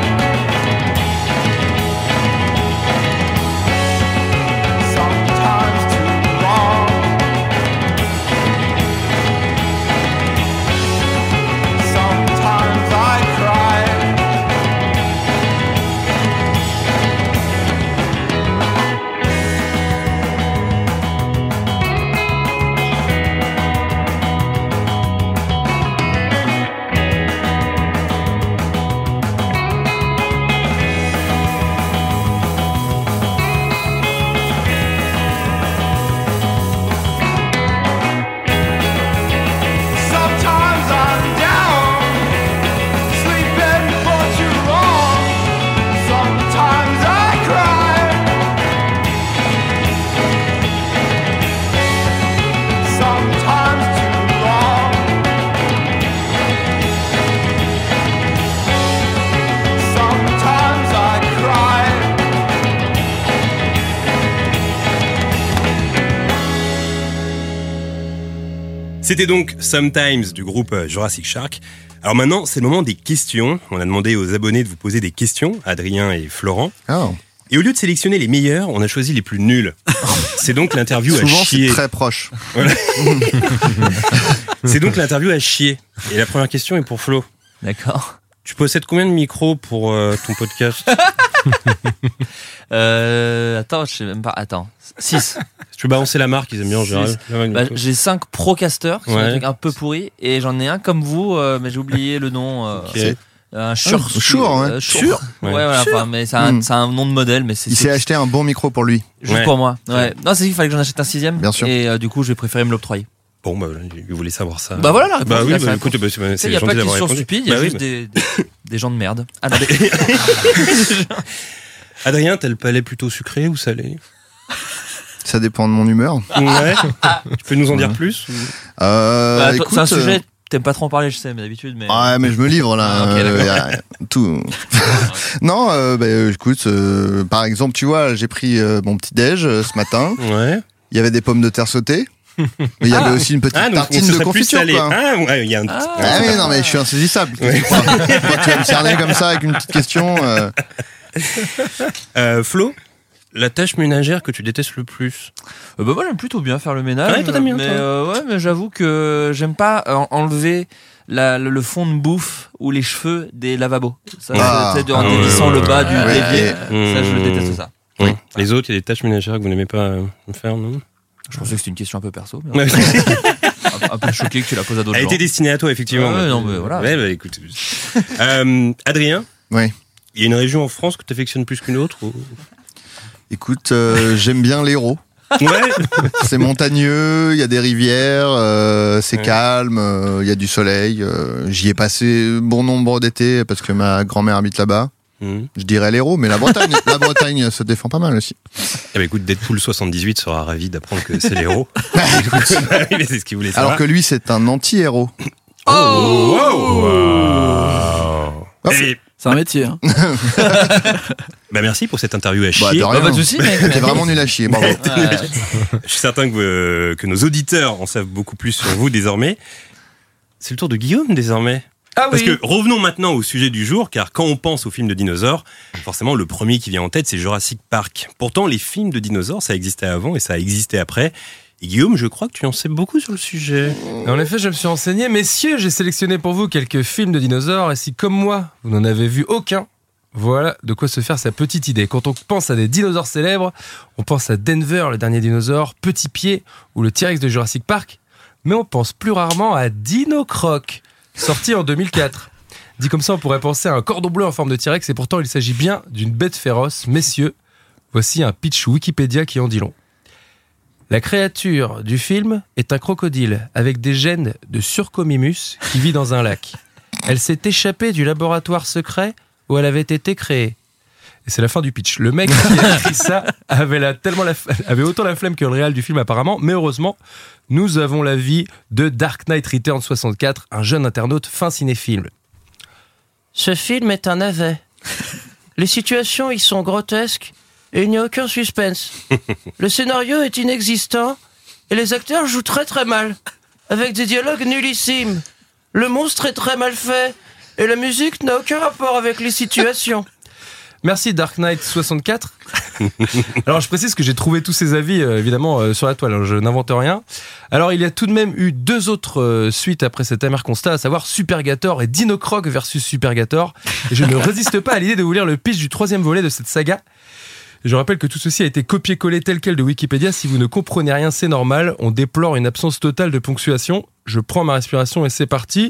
C'était donc Sometimes du groupe Jurassic Shark. Alors maintenant, c'est le moment des questions. On a demandé aux abonnés de vous poser des questions, Adrien et Florent. Oh. Et au lieu de sélectionner les meilleurs, on a choisi les plus nuls. C'est donc l'interview à Souvent, chier. c'est très proche. Voilà. C'est donc l'interview à chier. Et la première question est pour Flo. D'accord. Tu possèdes combien de micros pour euh, ton podcast? euh, attends, je sais même pas. Attends. six. Si tu veux balancer la marque, ils aiment bien en général. Six. Bah, j'ai cinq Procasters, qui sont Ouais. des trucs un peu pourris, et j'en ai un comme vous, euh, mais j'ai oublié le nom. Euh, Ok. Un Shure. Ah, Shure, ouais. euh, Shure. Ouais, Ouais. voilà, Shure. enfin, mais c'est un, Mm. c'est un nom de modèle, mais c'est Il c'est s'est acheté un bon micro pour lui. juste Ouais. pour moi. Ouais. Non, c'est qu'il fallait que j'en achète un sixième. Bien sûr. Et euh, du coup, j'ai préféré me l'octroyer. Bon, bah, je voulais savoir ça. Bah voilà la réponse. Bah oui, là, bah, c'est la écoute, réponse. bah, c'est Tu sais, c'est il n'y a gentil pas de d'avoir questions répondu. stupides, il y a Bah oui, juste bah. des, des, des gens de merde. Ah, non. Adrien, t'as le palais plutôt sucré ou salé? Ça dépend de mon humeur. Ouais. Tu peux nous en dire Ouais. plus ou... Euh, Bah, toi, écoute, c'est un sujet, euh, t'aimes pas trop en parler, je sais, mais d'habitude. Mais... Ouais, mais je me livre là. Ah, ok, euh, d'accord. y a tout. non, euh, bah, euh, écoute, euh, par exemple, tu vois, j'ai pris euh, mon petit déj euh, ce matin. Ouais. Il y avait des pommes de terre sautées. Mais il y avait aussi une petite Ah, donc tartine ce de serait plus confiture, salé. quoi. Ah, ouais, il y a un petit... Ah. Ah oui, non, mais je suis insaisissable. Ouais. Tu crois Quand tu vas me cerner comme ça avec une petite question. euh, Euh, Flo, la tâche ménagère que tu détestes le plus? Euh, bah moi j'aime plutôt bien faire le ménage. Ouais, toi, t'aimes bien, mais toi. euh, ouais, mais j'avoue que j'aime pas euh, enlever la, le, le fond de bouffe ou les cheveux des lavabos. Ça, Ah. c'est- tu sais, en Ah, dévissant ouais, le bas ouais, du ouais. l'évier. Mmh. Ça, je déteste ça. Oui. Les autres, il y a des tâches ménagères que vous n'aimez pas euh, faire, non? Je pensais que c'était une question un peu perso. Mais Ouais. un, un peu choqué que tu la poses à d'autres Elle gens. était destinée à toi, effectivement. Ouais, non, mais voilà. Ouais, bah, écoute. euh, Adrien, Oui. il y a une région en France que tu affectionnes plus qu'une autre ou... Écoute, euh, j'aime bien l'Hérault. Ouais. C'est montagneux, il y a des rivières, euh, c'est Ouais. calme, euh, il y a du soleil. euh, J'y ai passé bon nombre d'étés parce que ma grand-mère habite là-bas. Mmh. Je dirais l'Hérault, mais la Bretagne, la Bretagne se défend pas mal aussi. Eh ben, écoute, Deadpool soixante-dix-huit sera ravi d'apprendre que c'est l'héros. Écoute, bah oui, mais c'est ce qu'il voulait savoir. Alors que lui, c'est un anti-héros. Oh, wow. Wow. Ah, Eh, C'est un métier. Hein. bah merci pour cette interview à Bah, chier. de rien. Bah, pas de soucis, mec. T'es vraiment nul à chier, bravo. Ouais. Je suis certain que, euh, que nos auditeurs en savent beaucoup plus sur vous désormais. C'est le tour de Guillaume désormais. Ah Parce oui. que revenons maintenant au sujet du jour, car quand on pense aux films de dinosaures, forcément le premier qui vient en tête c'est Jurassic Park. Pourtant les films de dinosaures ça existait avant et ça a existé après. Et Guillaume, je crois que tu en sais beaucoup sur le sujet. Et en effet, je me suis renseigné. Messieurs, j'ai sélectionné pour vous quelques films de dinosaures. Et si, comme moi, vous n'en avez vu aucun, voilà de quoi se faire sa petite idée. Quand on pense à des dinosaures célèbres, on pense à Denver, le dernier dinosaure, Petit Pied ou le T-Rex de Jurassic Park. Mais on pense plus rarement à Dino Croc, sorti en deux mille quatre. Dit comme ça, on pourrait penser à un cordon bleu en forme de T-Rex. Et pourtant, il s'agit bien d'une bête féroce. Messieurs, voici un pitch Wikipédia qui en dit long. La créature du film est un crocodile avec des gènes de Surcomimus qui vit dans un lac. Elle s'est échappée du laboratoire secret où elle avait été créée. Et c'est la fin du pitch. Le mec qui a écrit ça avait, la, tellement la, avait autant la flemme que le réal du film apparemment, mais heureusement, nous avons l'avis de Dark Knight Returns soixante-quatre, un jeune internaute fin cinéphile. Ce film est un navet. Les situations y sont grotesques et il n'y a aucun suspense. Le scénario est inexistant et les acteurs jouent très très mal, avec des dialogues nullissimes. Le monstre est très mal fait et la musique n'a aucun rapport avec les situations. Merci Dark Knight soixante-quatre. Alors je précise que j'ai trouvé tous ces avis euh, évidemment euh, sur la toile, hein, je n'invente rien. Alors il y a tout de même eu deux autres euh, suites après cet amer constat, à savoir Supergator et Dino Croc versus Supergator. Et je ne résiste pas à l'idée de vous lire le pitch du troisième volet de cette saga. Je rappelle que tout ceci a été copié-collé tel quel de Wikipédia. Si vous ne comprenez rien, c'est normal. On déplore une absence totale de ponctuation. Je prends ma respiration et c'est parti.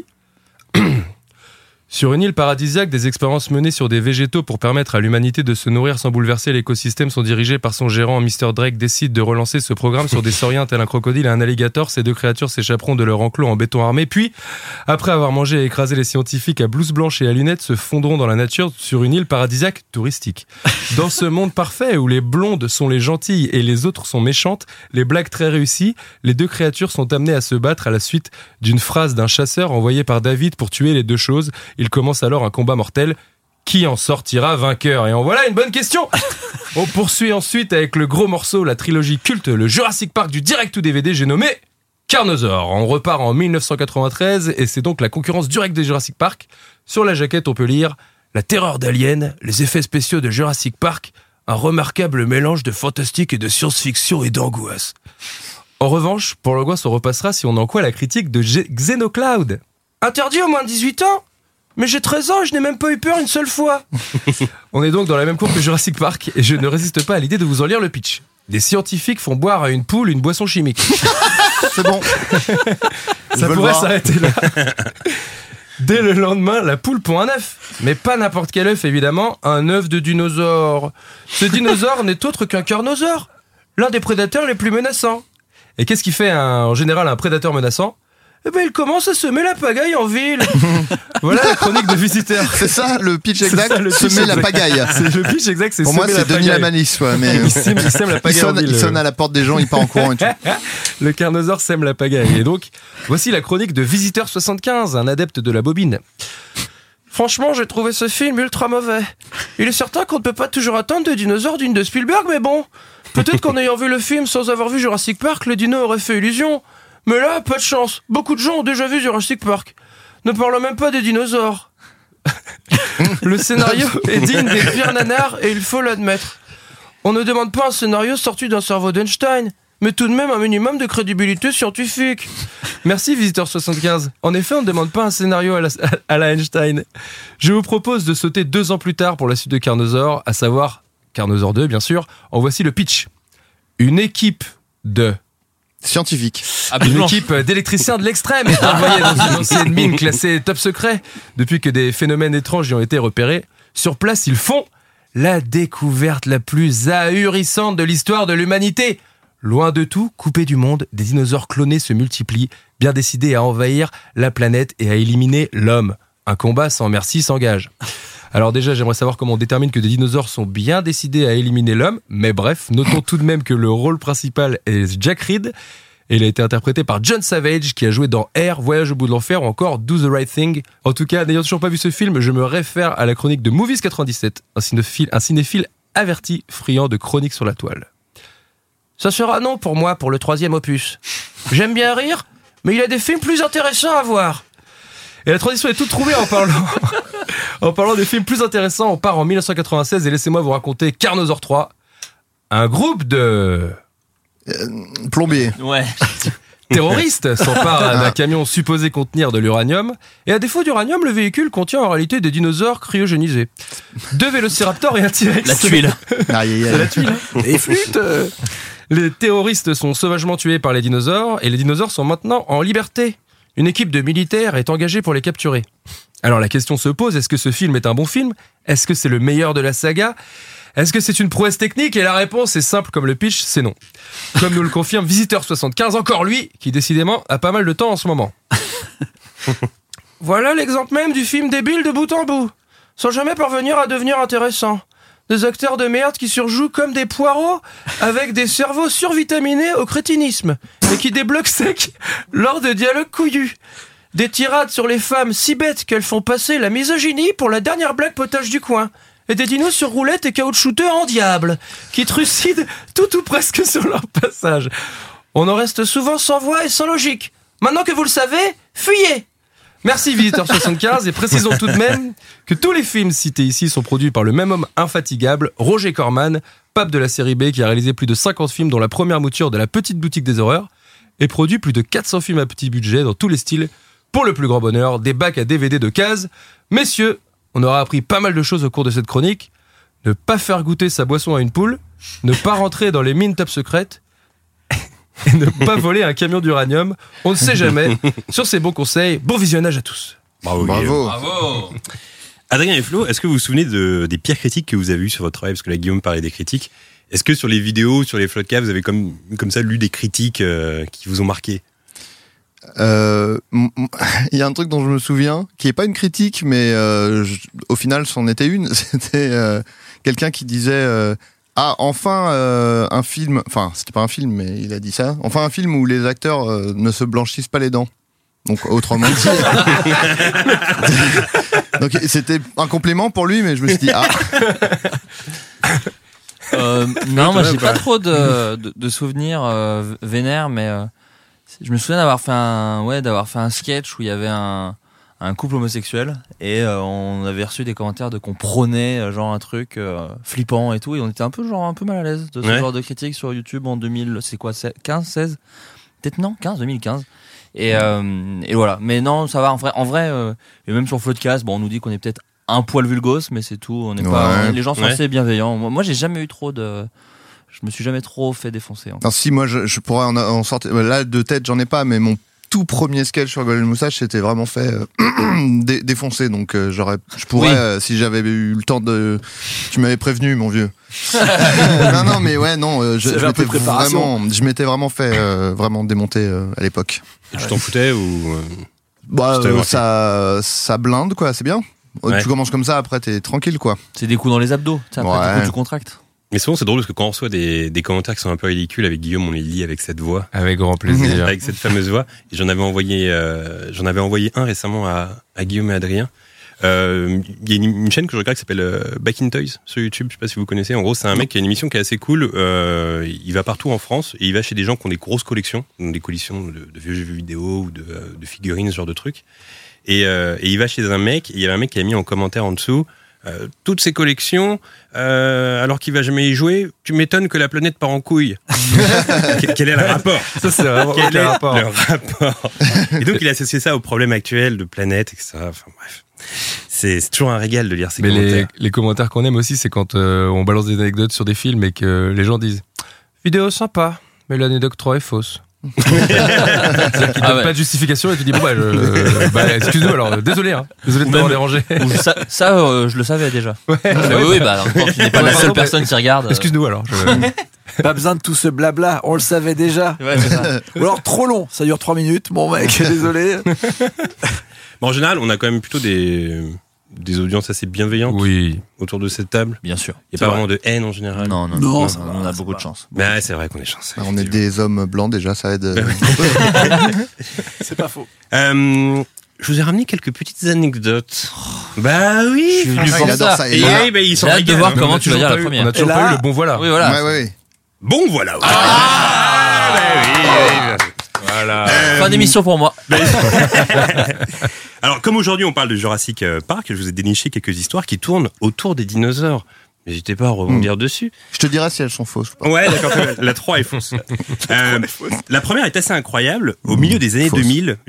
Sur une île paradisiaque, des expériences menées sur des végétaux pour permettre à l'humanité de se nourrir sans bouleverser l'écosystème sont dirigées par son gérant. mister Drake décide de relancer ce programme sur des sauriens tels un crocodile et un alligator. Ces deux créatures s'échapperont de leur enclos en béton armé. Puis, après avoir mangé et écrasé les scientifiques à blouse blanche et à lunettes, se fondront dans la nature sur une île paradisiaque touristique. Dans ce monde parfait où les blondes sont les gentilles et les autres sont méchantes, les blagues très réussies, les deux créatures sont amenées à se battre à la suite d'une phrase d'un chasseur envoyé par David pour tuer les deux choses. Il commence alors un combat mortel. Qui en sortira vainqueur? Et en voilà une bonne question. On poursuit ensuite avec le gros morceau, la trilogie culte, le Jurassic Park du direct to D V D, j'ai nommé Carnosaur. On repart en mille neuf cent quatre-vingt-treize et c'est donc la concurrence directe de Jurassic Park. Sur la jaquette, on peut lire « La terreur d'Alien, les effets spéciaux de Jurassic Park, un remarquable mélange de fantastique et de science-fiction et d'angoisse. » En revanche, pour l'angoisse, on repassera si on en croit la critique de G- Xenocloud. « Interdit aux moins de dix-huit ans ? Mais j'ai treize ans et je n'ai même pas eu peur une seule fois. » On est donc dans la même cour que Jurassic Park et je ne résiste pas à l'idée de vous en lire le pitch. Des scientifiques font boire à une poule une boisson chimique. C'est bon. Je Ça veux le pourrait voir. s'arrêter là. Dès le lendemain, la poule pond un œuf. Mais pas n'importe quel œuf, évidemment, un œuf de dinosaure. Ce dinosaure n'est autre qu'un carnosaure, l'un des prédateurs les plus menaçants. Et qu'est-ce qui fait un- en général un prédateur menaçant ? Eh ben, il commence à semer la pagaille en ville. Voilà la chronique de visiteurs. C'est ça le pitch C'est exact, ça, le pitch semer la exact. pagaille. C'est le pitch exact, c'est Pour moi, semer c'est la Denis pagaille. Lamanisse, ouais, mais Il sème, il sème la il pagaille en sonne, ville. il sonne à la porte des gens, il part en courant et tout. Le carnosaure sème la pagaille. Et donc, voici la chronique de Visiteur soixante-quinze, un adepte de la bobine. Franchement, j'ai trouvé ce film ultra mauvais. Il est certain qu'on ne peut pas toujours attendre de dinosaures dignes de Spielberg, mais bon. Peut-être qu'en ayant vu le film sans avoir vu Jurassic Park, les dinos auraient fait illusion. Mais là, pas de chance. Beaucoup de gens ont déjà vu Jurassic Park. Ne parlons même pas des dinosaures. Le scénario est digne des pires nanars et il faut l'admettre. On ne demande pas un scénario sorti d'un cerveau d'Einstein, mais tout de même un minimum de crédibilité scientifique. Merci Visiteur soixante-quinze. En effet, on ne demande pas un scénario à la, à la Einstein. Je vous propose de sauter deux ans plus tard pour la suite de Carnosaur, à savoir Carnosaur deux, bien sûr. En voici le pitch. Une équipe de... Scientifique. Ah, Une blanche. équipe d'électriciens de l'extrême est envoyée dans une ancienne mine classée top secret. Depuis que des phénomènes étranges y ont été repérés, sur place, ils font la découverte la plus ahurissante de l'histoire de l'humanité. Loin de tout, coupés du monde, des dinosaures clonés se multiplient, bien décidés à envahir la planète et à éliminer l'homme. Un combat sans merci s'engage. Alors déjà, j'aimerais savoir comment on détermine que des dinosaures sont bien décidés à éliminer l'homme, mais bref, notons tout de même que le rôle principal est Jack Reed, et il a été interprété par John Savage, qui a joué dans Air, Voyage au bout de l'enfer, ou encore Do the Right Thing. En tout cas, n'ayant toujours pas vu ce film, je me réfère à la chronique de Movies quatre-vingt-dix-sept, un cinéphile, un cinéphile averti, friand de chroniques sur la toile. Ça sera non pour moi pour le troisième opus. J'aime bien rire, mais il y a des films plus intéressants à voir. Et la transition est toute trouvée en parlant, en parlant des films plus intéressants. On part en mille neuf cent quatre-vingt-seize et laissez-moi vous raconter Carnosaur trois. Un groupe de Plombier. Ouais. terroristes s'emparent d'un camion supposé contenir de l'uranium. Et à défaut d'uranium, le véhicule contient en réalité des dinosaures cryogénisés. Deux vélociraptors et un T-Rex. La tuile. Aïe, aïe, C'est aïe. la tuile. Et flûte. Les terroristes sont sauvagement tués par les dinosaures et les dinosaures sont maintenant en liberté. Une équipe de militaires est engagée pour les capturer. Alors la question se pose, est-ce que ce film est un bon film ? Est-ce que c'est le meilleur de la saga ? Est-ce que c'est une prouesse technique ? Et la réponse est simple comme le pitch, c'est non. Comme nous le confirme Visiteur soixante-quinze, encore lui, qui décidément a pas mal de temps en ce moment. Voilà l'exemple même du film débile de bout en bout, sans jamais parvenir à devenir intéressant. Des acteurs de merde qui surjouent comme des poireaux, avec des cerveaux survitaminés au crétinisme, et qui débloquent sec lors de dialogues couillus. Des tirades sur les femmes si bêtes qu'elles font passer la misogynie pour la dernière blague potage du coin. Et des dinos sur roulettes et caoutchouteux en diable, qui trucident tout ou presque sur leur passage. On en reste souvent sans voix et sans logique. Maintenant que vous le savez, fuyez! Merci Visiteur soixante-quinze et précisons tout de même que tous les films cités ici sont produits par le même homme infatigable, Roger Corman, pape de la série B qui a réalisé plus de cinquante films dont la première mouture de La Petite Boutique des Horreurs et produit plus de quatre cents films à petit budget dans tous les styles pour le plus grand bonheur des bacs à D V D de cases. Messieurs, on aura appris pas mal de choses au cours de cette chronique. Ne pas faire goûter sa boisson à une poule, ne pas rentrer dans les mines top secrètes et ne pas voler un camion d'uranium. On ne sait jamais. Sur ces bons conseils, bon visionnage à tous. Bravo. Guillaume. Bravo. Bravo. Adrien et Flo, est-ce que vous vous souvenez de, des pires critiques que vous avez eues sur votre travail ? Parce que là, Guillaume parlait des critiques. Est-ce que sur les vidéos, sur les Floodcasts, vous avez comme, comme ça lu des critiques euh, qui vous ont marqué ? Euh, m- m- Il y a un truc dont je me souviens, qui est pas une critique, mais euh, je- au final, c'en était une. C'était euh, quelqu'un qui disait euh, ah enfin euh, un film. Enfin, c'était pas un film, mais il a dit ça. Enfin, un film où les acteurs euh, ne se blanchissent pas les dents. Donc, autrement dit. Donc, c'était un complément pour lui, mais je me suis dit ah. Euh, non, moi j'ai Ouais, pas bah. trop de, de, de souvenirs euh, vénères, mais euh, Je me souviens d'avoir fait un, ouais, d'avoir fait un sketch où il y avait un, un couple homosexuel et euh, on avait reçu des commentaires de qu'on prônait euh, genre un truc euh, flippant et tout et on était un peu genre un peu mal à l'aise de ce Ouais. genre de critiques sur YouTube en deux mille, c'est quoi, quinze, seize, peut-être non, quinze, deux mille quinze. Et, euh, et voilà. Mais non, ça va en vrai, en vrai, euh, et même sur Floodcast, bon, on nous dit qu'on est peut-être un poil vulgose, mais c'est tout. On n'est pas, Ouais. on- les gens sont Ouais. assez bienveillants. Moi, moi, j'ai jamais eu trop de, je me suis jamais trop fait défoncer. encore. Non, si, moi, je, je pourrais en, en sortir. Là, de tête, j'en ai pas, mais mon tout premier sketch sur Golden Moustache, c'était vraiment fait euh, dé- défoncer. Donc, euh, j'aurais, je pourrais, Oui. euh, si j'avais eu le temps de. Tu m'avais prévenu, mon vieux. non, non, mais ouais, non, euh, je, Ça je fait un peu m'étais de préparation. vraiment, je m'étais vraiment fait euh, vraiment démonter euh, à l'époque. Et tu t'en foutais ou euh, Bah, C'était euh, marqué. ça, ça blinde, quoi, c'est bien. Euh, Ouais. Tu commences comme ça, après, t'es tranquille, quoi. C'est des coups dans les abdos. Tu sais, après, Ouais. du coup, tu contractes. Mais souvent c'est drôle parce que quand on reçoit des, des commentaires qui sont un peu ridicules avec Guillaume, on les lit avec cette voix, Avec grand plaisir. avec cette fameuse voix. Et j'en avais envoyé, euh, j'en avais envoyé un récemment à, à Guillaume et Adrien. Euh, Il y a une, une chaîne que je regarde qui s'appelle euh, Back in Toys sur YouTube. Je sais pas si vous connaissez. En gros, c'est un mec qui a une émission qui est assez cool. Euh, il va partout en France et il va chez des gens qui ont des grosses collections, donc des collections de, de vieux jeux vidéo ou de, euh, de figurines, ce genre de trucs. Et, euh, et il va chez un mec. Et il y a un mec qui a mis en commentaire en dessous. Euh, toutes ces collections, euh, alors qu'il va jamais y jouer, tu m'étonnes que la planète part en couille. Quel- Quel est le rapport Ça, c'est vraiment Quel aucun est rapport. le rapport Et donc il a associé ça au problème actuel de planète, et cetera. Enfin bref, c'est c'est toujours un régal de lire ces Mais les, commentaires. les commentaires qu'on aime aussi, c'est quand euh, on balance des anecdotes sur des films et que les gens disent vidéo sympa, mais l'anecdote trois est fausse. C'est-à-dire qu'ils Ah donnent ouais. pas de justification et tu dis bon bah, je- bah, excuse-nous alors euh, désolé hein, désolé de Ou t'avoir même- dérangé. Ou ça, ça euh, je le savais déjà. Ouais. Ah oui, oui, bah, quand tu n'es pas Ouais, la pardon, seule mais- personne qui regarde. euh, Excuse-nous alors. je- Pas besoin de tout ce blabla, on le savait déjà. Ouais, c'est ça. Ou alors trop long, ça dure trois minutes, mon mec, désolé. Bon, en général, on a quand même plutôt des, des audiences assez bienveillantes Oui. autour de cette table. Bien sûr. Il n'y a pas vraiment de haine en général. Non, non, Non, non, ça non, va, on a ça beaucoup va. de chance. Mais ouais, c'est vrai qu'on est chanceux. Bah, on est des hommes blancs, déjà, ça aide. Bah C'est pas faux. Euh, je vous ai ramené quelques petites anecdotes. Bah oui. Je suis venu Ah, pour il adore ça. ça. Et Et ouais, bah, ils sont J'ai hâte de régalés. voir Mais on comment a tu vas toujours dire pas la eu- première. On a toujours Et pas là- eu le bon voilà. Oui, voilà. Ouais, ouais, ouais. Bon, voilà. Ah, bah oui, oui, oui. Voilà. Fin d'émission pour moi. Alors, comme aujourd'hui on parle de Jurassic Park, je vous ai déniché quelques histoires qui tournent autour des dinosaures. N'hésitez pas à rebondir dessus. Je te dirai si elles sont fausses ou pas. Ouais, d'accord. la, la trois est fausse. Euh, la première est assez incroyable. Au milieu des années Fausse. deux mille...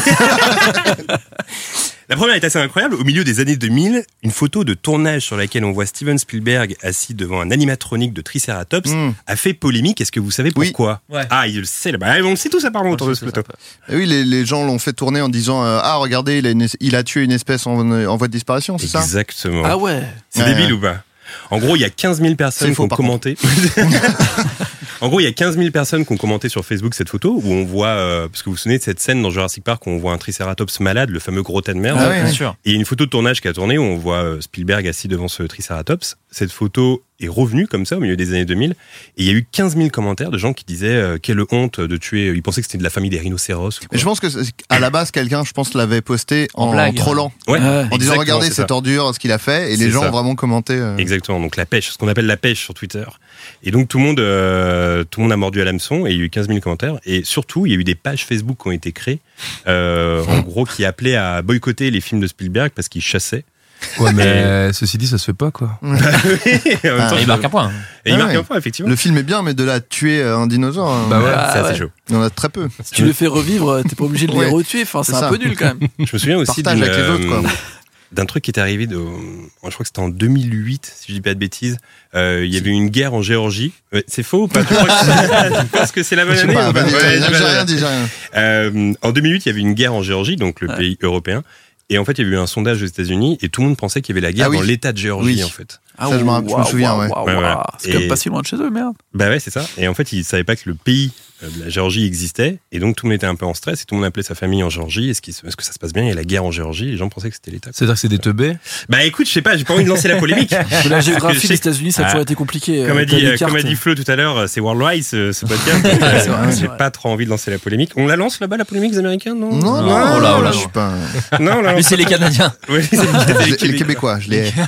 La première est assez incroyable. Au milieu des années deux mille, une photo de tournage sur laquelle on voit Steven Spielberg assis devant un animatronique de Triceratops Mm. a fait polémique. Est-ce que vous savez Oui. pourquoi? Ouais. Ah, il le sait là-bas. On le sait tous apparemment autour de ce plateau. Et oui, les, les gens l'ont fait tourner en disant euh, ah regardez, il a, une- il a tué une espèce en, en voie de disparition, c'est ça? Exactement. Ah ouais. C'est Ouais, débile ouais. ou pas? En gros, il y a quinze mille personnes C'est qui faux, ont par commenté. En gros, il y a quinze mille personnes qui ont commenté sur Facebook cette photo où on voit, euh, parce que vous vous souvenez de cette scène dans Jurassic Park où on voit un Triceratops malade, le fameux gros tas de merde. Ah ouais, Bien ouais. sûr. Et il y a une photo de tournage qui a tourné où on voit euh, Spielberg assis devant ce Triceratops. Cette photo est revenue comme ça au milieu des années deux mille. Et il y a eu quinze mille commentaires de gens qui disaient euh, quelle honte de tuer. Ils pensaient que c'était de la famille des rhinocéros. Ou quoi. Mais je pense que c'est- à la base, quelqu'un, je pense, l'avait posté en, En blague. trollant, Ouais, Ouais. en disant exactement, regardez c'est ça. cette ordure, ce qu'il a fait, et C'est les gens ça. ont vraiment commenté. euh, Exactement, donc la pêche, ce qu'on appelle la pêche sur Twitter. Et donc tout le monde, euh, tout le monde a mordu à l'hameçon et il y a eu quinze mille commentaires. Et surtout, il y a eu des pages Facebook qui ont été créées, euh, en gros, qui appelaient à boycotter les films de Spielberg parce qu'ils chassaient. Ouais, mais ceci dit, ça se fait pas quoi. Et en même temps, Ah. Il marque un point. et il Ah marque ouais. un point, effectivement. Le film est bien, mais de là à tuer un dinosaure, hein, Bah ouais. c'est assez ouais. chaud. il y en a très peu. Si tu les fais revivre, t'es pas obligé de les Ouais. retuer. Enfin, c'est C'est un ça. peu nul quand même. Je me souviens aussi Partage d'une, avec les autres, quoi. euh, d'un truc qui est arrivé, de, je crois que c'était en deux mille huit, si je dis pas de bêtises. Euh, il y avait eu une guerre en Géorgie. Ouais, c'est faux ou pas? Tu crois que c'est- tu penses que c'est la bonne Je sais année pas, ou pas? vas-y, Ouais, j'ai j'ai j'ai pas- rien dit, j'ai rien. Euh, en deux mille huit, il y avait une guerre en Géorgie, donc le Ouais. pays européen. Et en fait, il y avait eu un sondage aux États-Unis et tout le monde pensait qu'il y avait la guerre Ah oui. dans l'État de Géorgie, Oui. en fait. Ah, Ça, je me rappelle- je me waouh, souviens, waouh, ouais. waouh, Ouais, waouh. voilà. C'est quand Et- même pas si loin de chez eux, merde. Bah ouais, c'est ça. Et en fait, ils savaient pas que le pays euh, de la Géorgie existait. Et donc, tout le monde était un peu en stress et tout le monde appelait sa famille en Géorgie. Est-ce, qu'il se- est-ce que ça se passe bien? Il y a la guerre en Géorgie. Les gens pensaient que c'était l'État. C'est-à-dire que c'est des teubés. Bah écoute, je sais pas, j'ai pas envie de lancer la polémique. Parce que la géographie je sais des que- États-Unis, ça a Ah. toujours été compliqué. Comme euh, a t'as dit, des euh, comme a cartes. dit Flo tout à l'heure, c'est worldwide ce, ce podcast. c'est vrai, c'est J'ai vrai. pas trop envie de lancer la polémique. On la lance là-bas, la polémique des Américains, non? Non, non, oh là, oh là, je suis pas. un- Non, là. Mais c'est les Canadiens. Oui, c'est Les, les Québécois, je les.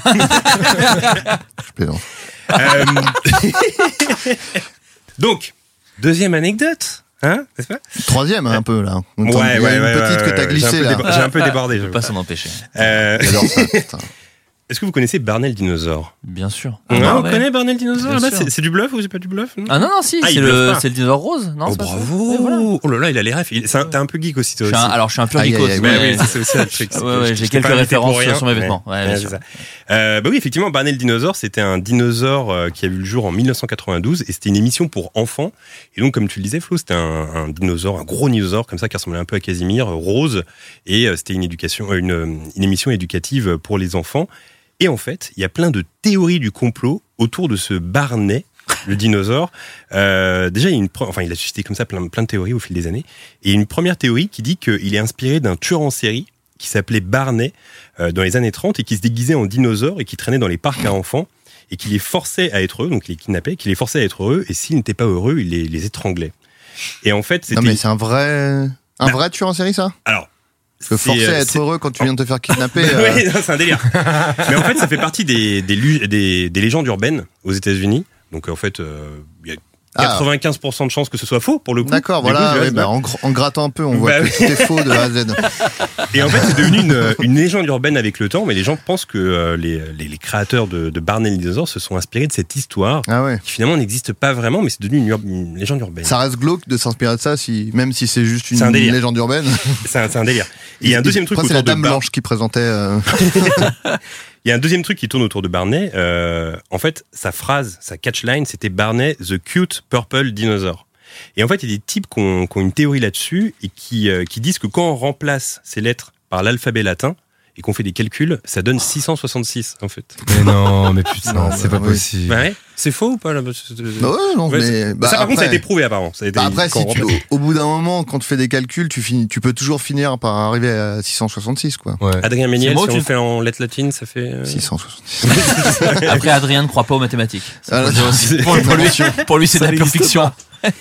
Je plaisante. Euh, Donc, deuxième anecdote. Hein, n'est-ce pas? Troisième, hein, un peu, là. Ouais, Il y a ouais, une ouais, petite ouais, que t'as ouais, glissée, j'ai un là. peu déba- J'ai un peu débordé. Je je peux pas pense. s'en empêcher. Euh, J'adore ça. putain. Est-ce que vous connaissez Barney le dinosaure? Bien sûr. Non, Ah, on ouais. connaît Barney le dinosaure? Bien là-bas sûr. c'est, c'est du bluff ou c'est pas du bluff? non Ah non, non, si, Ah, c'est il le, bluffe pas. c'est le dinosaure rose, non? Oh, c'est pas ça bravo! Ouais, voilà. Oh là là, il a les refs. Il- c'est un- T'es un peu geek aussi, toi Je suis aussi. un- alors, je suis un pur Aïe, geekos. aïe, aïe, Ouais, mais- oui, c'est aussi un truc. Ouais, ouais, Je- j'ai je t'ai quelques pas invité pour références rien. sur mes vêtements. Ouais, bien c'est sûr. ça. Euh, bah oui, effectivement, Barney le dinosaure, c'était un dinosaure euh, qui a vu le jour en mille neuf cent quatre-vingt-douze et c'était une émission pour enfants. Et donc, comme tu le disais, Flo, c'était un, un dinosaure, un gros dinosaure comme ça qui ressemblait un peu à Casimir, euh, rose. Et euh, c'était une éducation, euh, une, une émission éducative pour les enfants. Et en fait, il y a plein de théories du complot autour de ce Barney, le dinosaure. Euh, déjà, il, y a une, pre- enfin, il a suscité comme ça plein, plein de théories au fil des années. Et une première théorie qui dit qu'il est inspiré d'un tueur en série qui s'appelait Barney euh, dans les années trente et qui se déguisait en dinosaure et qui traînait dans les parcs à enfants et qui les forçait à être heureux, donc il les kidnappait, qui les forçait à être heureux et s'ils n'étaient pas heureux, il les, les étranglait. Et en fait, c'était... Non, mais c'est un vrai. Un Bah, vrai tueur en série, ça? Alors, Parce que c'est, forcer euh, à être c'est- heureux quand tu viens de te faire kidnapper. Bah euh, oui, non, c'est un délire. Mais en fait, ça fait partie des, des, lu- des, des légendes urbaines aux États-Unis. Donc en fait, euh, il y a Ah. quatre-vingt-quinze pour cent de chances que ce soit faux pour le coup. D'accord, Du coup, voilà. tu vois, ouais, c'est bah, ça. en, gr- en grattant un peu, on voit Bah que oui. c'était faux de A à Z. Et en fait, c'est devenu une, une légende urbaine avec le temps, mais les gens pensent que euh, les, les, les créateurs de, de Barney le dinosaure se sont inspirés de cette histoire Ah ouais. qui finalement n'existe pas vraiment, mais c'est devenu une, ur- une légende urbaine. Ça reste glauque de s'inspirer de ça, si, même si c'est juste une C'est un délire. légende urbaine. C'est un, c'est un délire. Et il y a un deuxième truc Après, c'est autour la de Dame Bar- Blanche qui présentait. euh, Il y a un deuxième truc qui tourne autour de Barney. Euh, en fait, sa phrase, sa catchline, c'était Barney, the cute purple dinosaur. Et en fait, il y a des types qui ont, qui ont une théorie là-dessus et qui, euh, qui disent que quand on remplace ces lettres par l'alphabet latin et qu'on fait des calculs, ça donne six cent soixante-six, en fait. Mais non, mais putain, Non, c'est bah, pas oui. possible. Bah ouais, c'est faux ou pas là c'est- Bah ouais, non, Ouais, mais. c'est- bah, ça, par contre, ça a après- été prouvé apparemment. Ça a été, Bah après, quand si on tu, au, remplace- au bout d'un moment, quand tu fais des calculs, tu, finis, tu peux toujours finir par arriver à six cent soixante-six, quoi. Ouais. Adrien Méniel, C'est bon, si tu- on fait en lettres latines, ça fait. euh, six cent soixante-six. Après, Adrien ne croit pas aux mathématiques. Ça, Ah, faut le dire non, aussi. c'est- Pour, pour lui, pour lui, c'est de la pure n'existe fiction.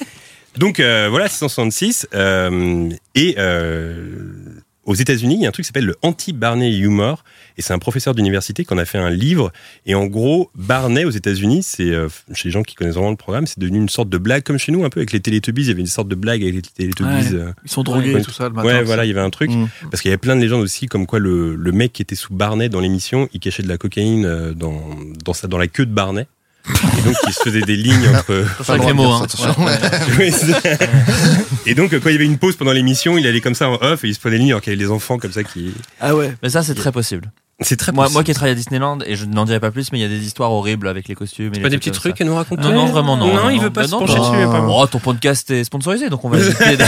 Donc euh, voilà, six cent soixante-six. Euh, et euh, aux États-Unis, il y a un truc qui s'appelle le anti-Barney humor. Et c'est un professeur d'université qui en a fait un livre. Et en gros, Barney aux États-Unis, c'est euh, chez les gens qui connaissent vraiment le programme, c'est devenu une sorte de blague comme chez nous, un peu avec les Teletubbies. Il y avait une sorte de blague avec les Teletubbies. Ouais. euh, Ils sont drogués Ouais. et tout ça le matin. Ouais, voilà, il y avait un truc. Mm. Parce qu'il y avait plein de légendes aussi, comme quoi le, le mec qui était sous Barney dans l'émission, il cachait de la cocaïne euh, dans, dans, sa, dans la queue de Barney. Et donc, il se faisait des lignes entre. Pas avec les mots, hein. Attention. Ouais. Oui, c'est- et donc, euh, quand il y avait une pause pendant l'émission, il allait comme ça en off et il se prenait des lignes alors qu'il y avait des enfants comme ça qui. Ah ouais. Mais ça, c'est très possible. C'est très Moi, possible. moi qui ai travaillé à Disneyland, et je n'en dirai pas plus, mais il y a des histoires horribles avec les costumes. Et Pas les des petits comme ça. trucs à nous raconter. Non, non, vraiment, non. Non, il veut pas Bah se non, pencher non. dessus. mais pas moi. Oh, ton podcast est sponsorisé, donc on va éviter.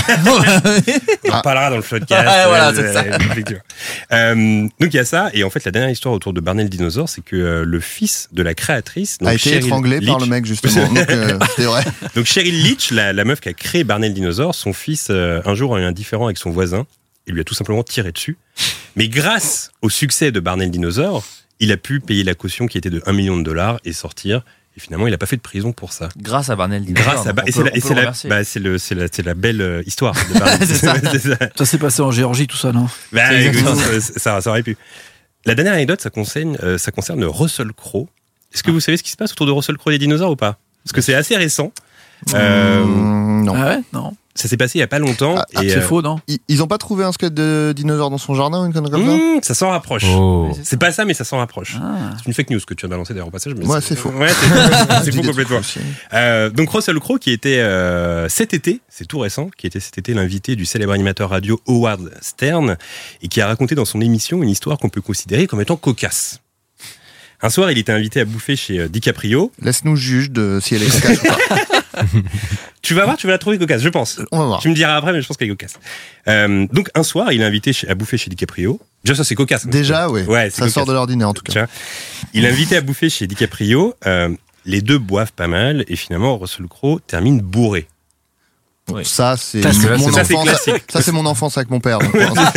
On en parlera dans le podcast. Ouais, voilà, euh, c'est ça. euh, effectivement. Euh, donc il y a ça, et en fait la dernière histoire autour de Barney le dinosaure, c'est que euh, le fils de la créatrice, donc A été Cheryl étranglé par Leach- le mec, justement. Donc, euh, c'est vrai. donc Cheryl Leach, la, la meuf qui a créé Barney le dinosaure, son fils euh, un jour a eu un différend avec son voisin, il lui a tout simplement tiré dessus. Mais grâce au succès de Barney le dinosaure, il a pu payer la caution qui était de un million de dollars et sortir. Et finalement, il n'a pas fait de prison pour ça. Grâce à Barney le dinosaure. Grâce à donc Ba- on et peut- c'est la, on et peut c'est le la, remercier. bah, c'est le, c'est la, c'est la belle euh, histoire de Barney. C'est ça. C'est ça. Ça s'est passé en Géorgie, tout ça, non? Bah, C'est écoute, exactement ça, ça, ça aurait pu. La dernière anecdote, ça concerne, euh, ça concerne Russell Crowe. Est-ce que vous savez ce qui se passe autour de Russell Crowe et des dinosaures ou pas? Parce que c'est assez récent. Euh, Hum, non. Ah ouais? Non. Ça s'est passé il y a pas longtemps. Ah, et, C'est euh, faux, non? Ils, ils ont pas trouvé un squelette de dinosaure dans son jardin ou une connerie comme ça? mmh, ça s'en rapproche. Oh. C'est pas ça, mais ça s'en rapproche. Ah. C'est une fake news que tu as balancé d'ailleurs au passage. Mais Ouais, c'est faux. Ouais, c'est faux, c'est Je dis faux des complètement. trucs aussi. Euh, donc Russell Crowe qui était euh, cet été, c'est tout récent, qui était cet été l'invité du célèbre animateur radio Howard Stern et qui a raconté dans son émission une histoire qu'on peut considérer comme étant cocasse. Un soir, il était invité à bouffer chez euh, DiCaprio. Laisse-nous juge de si elle est cocasse ou pas. Tu vas voir, tu vas la trouver cocasse, je pense. On va voir. Tu me diras après, mais je pense qu'elle est cocasse. Euh, donc un soir, il est invité chez- à bouffer chez DiCaprio. Déjà, ça c'est cocasse. hein. Déjà, ouais. Ouais, c'est ça sort cocasse. de l'ordinaire en tout Tu cas. vois, il est invité à bouffer chez DiCaprio. Euh, les deux boivent pas mal et finalement Russell Crowe termine bourré. Oui. Ça, c'est Ça, c'est- mon ça, c'est enfance. classique. Ça, c'est mon enfance avec mon père. donc,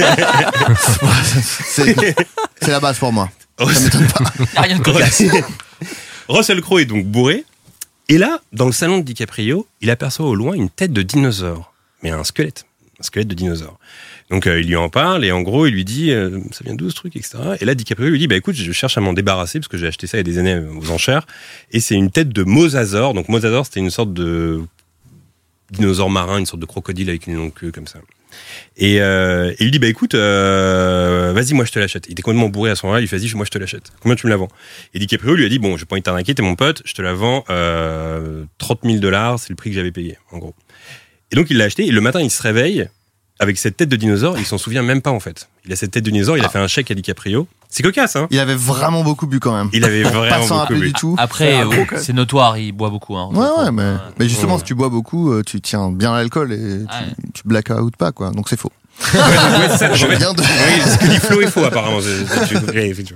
c'est c'est la base pour moi. Russell, Y a rien de cocasse. Russell Crowe est donc bourré. Et là, dans le salon de DiCaprio, il aperçoit au loin une tête de dinosaure. Mais un squelette. Un squelette de dinosaure. Donc euh, il lui en parle et en gros, il lui dit euh, ça vient d'où ce truc, et cetera. Et là, DiCaprio lui dit bah écoute, je cherche à m'en débarrasser parce que j'ai acheté ça il y a des années aux enchères. Et c'est une tête de mosasaure. Donc mosasaure, c'était une sorte de dinosaure marin, une sorte de crocodile avec une longue queue comme ça. Et, euh, et il lui dit bah écoute, euh, vas-y moi je te l'achète. Il était complètement bourré à ce moment-là. Il lui fait vas-y moi je te l'achète. Combien tu me la vends? Et DiCaprio lui a dit bon j'ai pas envie de t'arnaquer, t'es mon pote, je te la vends euh, trente mille dollars, c'est le prix que j'avais payé en gros. Et donc il l'a acheté. Et le matin il se réveille avec cette tête de dinosaure. Il s'en souvient même pas en fait. Il a cette tête de dinosaure. Il a Ah. fait un chèque à DiCaprio. C'est cocasse hein. Il avait vraiment beaucoup bu quand même. Il avait Pas vraiment s'en beaucoup rappeler bu. du tout. Après, C'est un gros euh, quand même. c'est notoire, il boit beaucoup. Hein, Ouais, ouais, mais, Euh, mais justement, Ouais. si tu bois beaucoup, euh, tu tiens bien l'alcool et tu, Ouais. tu black out pas, quoi. Donc c'est faux. Ouais, c'est ça. Je En fait, viens de. oui, ce que dit Flo est faux apparemment. C'est- c'est- tu- oui, effectivement.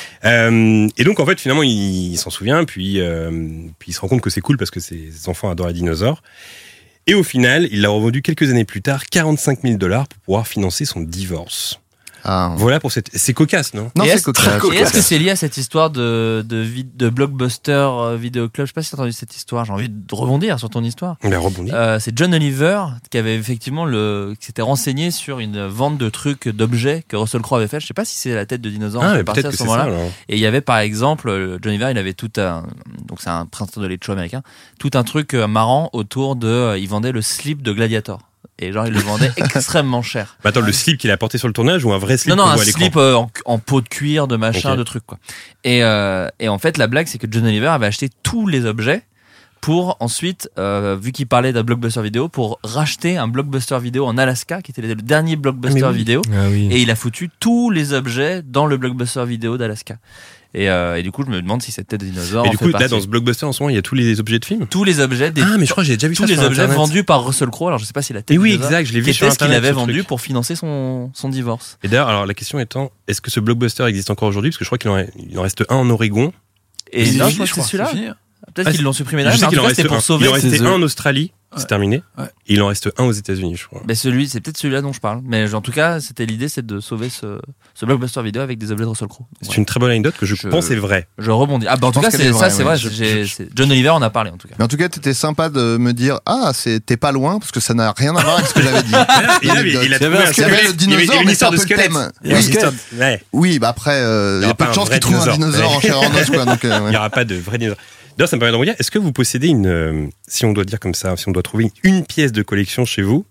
Euh, et donc en fait finalement il, il s'en souvient puis euh, puis il se rend compte que c'est cool parce que ses enfants adorent les dinosaures. Et au final il l'a revendu quelques années plus tard quarante-cinq mille dollars pour pouvoir financer son divorce. Ah. Voilà pour cette. C'est cocasse non? Non, Et c'est est-ce- cocasse. Et est-ce que c'est lié à cette histoire de, de, vid- de blockbuster euh, vidéo club? Je sais pas si t'as entendu cette histoire. J'ai envie de rebondir sur ton histoire. On a rebondi. Euh, c'est John Oliver qui avait effectivement le, qui s'était renseigné sur une vente de trucs, d'objets que Russell Crowe avait fait. Je sais pas si c'est la tête de dinosaure. Ah qui mais est partie peut-être à que ce c'est ça. moment-là. alors. Et il y avait par exemple, euh, John Oliver, il avait tout un, donc c'est un prince de lait de show américain, tout un truc euh, marrant autour de, euh, il vendait le slip de Gladiator. Et genre, il le vendait extrêmement cher. Bah attends le slip qu'il a porté sur le tournage ou un vrai slip Non, non, qu'on un voit à l'écran? slip euh, en, en peau de cuir, de machin, Ok. de trucs, quoi. Et, euh, et en fait, la blague, c'est que John Oliver avait acheté tous les objets pour ensuite, euh, vu qu'il parlait d'un blockbuster vidéo, pour racheter un blockbuster vidéo en Alaska, qui était le dernier blockbuster Ah, mais oui. vidéo. Ah oui. Et il a foutu tous les objets dans le blockbuster vidéo d'Alaska. Et, euh, et du coup, je me demande si cette tête de dinosaure Et en du fait coup là partie. dans ce blockbuster en ce moment il y a tous les objets de films. Tous les objets des, Ah mais je crois que j'ai déjà vu tous ça les sur objets Internet. vendus par Russell Crowe. Alors, je sais pas si la tête Et oui de dinosaure, exact je l'ai vu qui sur était ce qu'il Internet. avait ce vendu truc. pour financer son, son divorce. Et d'ailleurs alors la question étant est-ce que ce blockbuster existe encore aujourd'hui parce que je crois qu'il en, il en reste un en Oregon. Et C'est non, je fini, crois que c'est celui-là. c'est fini. Peut-être Ah, qu'ils l'ont supprimé Je là, mais sais en qu'il tout en cas, reste c'était pour un. sauver. Il en restait ses un œufs. en Australie, Ouais. c'est terminé. Ouais. Et il en reste un aux États-Unis, je crois. Ben celui, c'est peut-être celui-là dont je parle. Mais en tout cas, c'était l'idée, c'est de sauver ce, ce blockbuster vidéo avec des objets de Russell Crowe. C'est Ouais. une très bonne anecdote que je, Je- pense est vraie. Je rebondis. Ah, bah en Je tout pense cas, qu'elle c'est est ça, vraie, c'est ouais. vrai. Je- j'ai- c'est- John Oliver en a parlé en tout cas. Mais en tout cas, t'étais sympa de me dire ah, c'est t'es pas loin parce que ça n'a rien à voir avec ce que j'avais dit. Et là, il a, il a Il y trouvé avait un un squelette. le Il y avait- il y dinosaure, avait une mais histoire c'est de un peu le squelette. thème. Il y avait une Oui. histoire de- ouais. Oui, bah après, euh, Il y il y aura a peu pas de un chances vrai qu'il trouve un dinosaure. dinosaure en chair et en os, quoi. Donc, euh, Il ouais. n'y aura pas de vrai dinosaure. D'ailleurs, ça me permet de rebondir. Est-ce que vous possédez une, euh, si on doit dire comme ça, si on doit trouver une pièce de collection chez vous,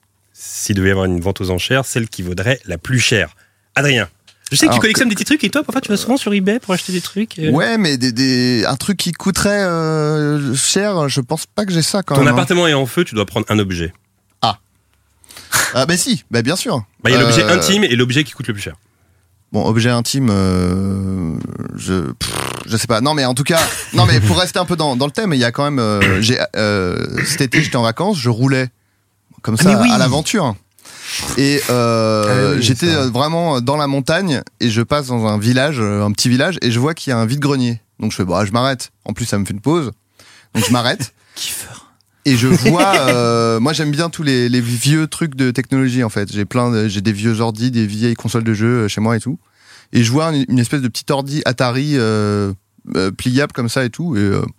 s'il devait y avoir une vente aux enchères, celle qui vaudrait la plus chère? Adrien. Je sais que Alors tu collectionnes des petits trucs et toi, parfois, tu vas souvent sur eBay pour acheter des trucs. euh. Ouais, mais des, des, un truc qui coûterait euh, cher, je pense pas que j'ai ça quand Ton même. hein. appartement est en feu, tu dois prendre un objet. Ah, bah si, bah bien sûr. Bah, il y a l'objet Euh, intime et l'objet qui coûte le plus cher. Bon, objet intime, euh, je, pff, je sais pas. Non, mais en tout cas, non, mais pour rester un peu dans, dans le thème, il y a quand même, euh, j'ai, euh, cet été, j'étais en vacances, je roulais comme ça Mais oui. à l'aventure. Et euh, Ah oui, j'étais ça. euh, vraiment dans la montagne et je passe dans un village, euh, un petit village, et je vois qu'il y a un vide-grenier. Donc je fais, bah, je m'arrête. En plus, ça me fait une pause. Donc je m'arrête. Et je vois, euh, moi j'aime bien tous les, les vieux trucs de technologie en fait. J'ai plein, de, j'ai des vieux ordi, des vieilles consoles de jeux chez moi et tout. Et je vois une, une espèce de petit ordi Atari euh, euh, pliable comme ça et tout. Et euh,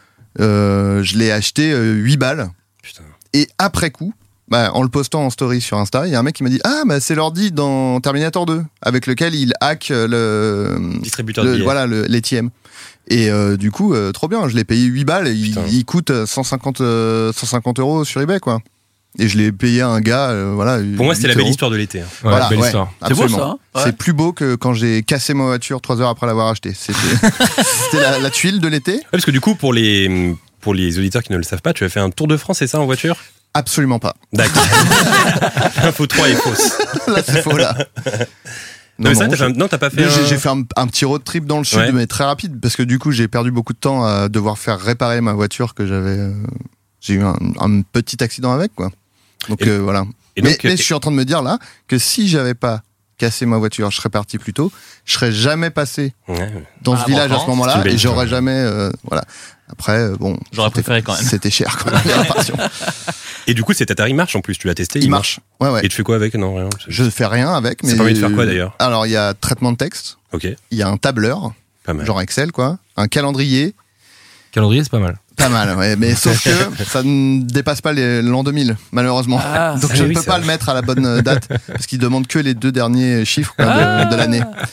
euh, je l'ai acheté euh, huit balles. Putain. Et après coup, bah, en le postant en story sur Insta, il y a un mec qui m'a dit ah bah c'est l'ordi dans Terminator deux avec lequel il hack le, Distributeur le de billets. voilà le l'A T M. Et euh, du coup, euh, trop bien, je l'ai payé huit balles et il, Putain. il coûte cent cinquante, euh, cent cinquante euros sur eBay, quoi. Et je l'ai payé à un gars, euh, voilà. Pour moi, c'était la huit belle euros. histoire de l'été. hein. Ouais, Voilà, belle ouais, histoire. C'est beau absolument. ça. hein Ouais. C'est plus beau que quand j'ai cassé ma voiture trois heures après l'avoir achetée. C'était, c'était la, la tuile de l'été. Ouais, parce que du coup, pour les, pour les auditeurs qui ne le savent pas, tu as fait un tour de France, c'est ça, en voiture? Absolument pas. D'accord. Info trois est fausse. Là, c'est faux, là. Non, mais ça, t'as je- fait un- non, t'as pas fait Mais j'ai, un- j'ai fait un, un petit road trip dans le sud, Ouais. mais très rapide, parce que du coup, j'ai perdu beaucoup de temps à devoir faire réparer ma voiture que j'avais. euh, j'ai eu un, un petit accident avec, quoi. Donc Et- euh, voilà. et mais, donc, mais euh, je suis en train de me dire là que si j'avais pas cassé ma voiture, je serais parti plus tôt. Je serais jamais passé Ouais. dans Ah, ce village à bon, ce c'est moment-là une belle et j'aurais histoire. jamais. euh, voilà. Après, euh, bon. J'aurais c'était- préféré quand même. C'était cher quand même. la réparation. Et du coup, cet Atari marche en plus, tu l'as testé? Il marche. Ouais, ouais. Et tu fais quoi avec? Non, rien. Je fais rien avec. Ça mais permet de faire quoi, d'ailleurs? Alors, il y a traitement de texte, Ok, il y a un tableur, pas mal. genre Excel, quoi, un calendrier. Calendrier, c'est pas mal. Pas mal, ouais, mais sauf que ça ne dépasse pas les- l'an deux mille, malheureusement. Ah, Donc ah je ne oui, peux c'est pas vrai. le mettre à la bonne date, parce qu'il demande que les deux derniers chiffres quoi, de, Ah. de l'année.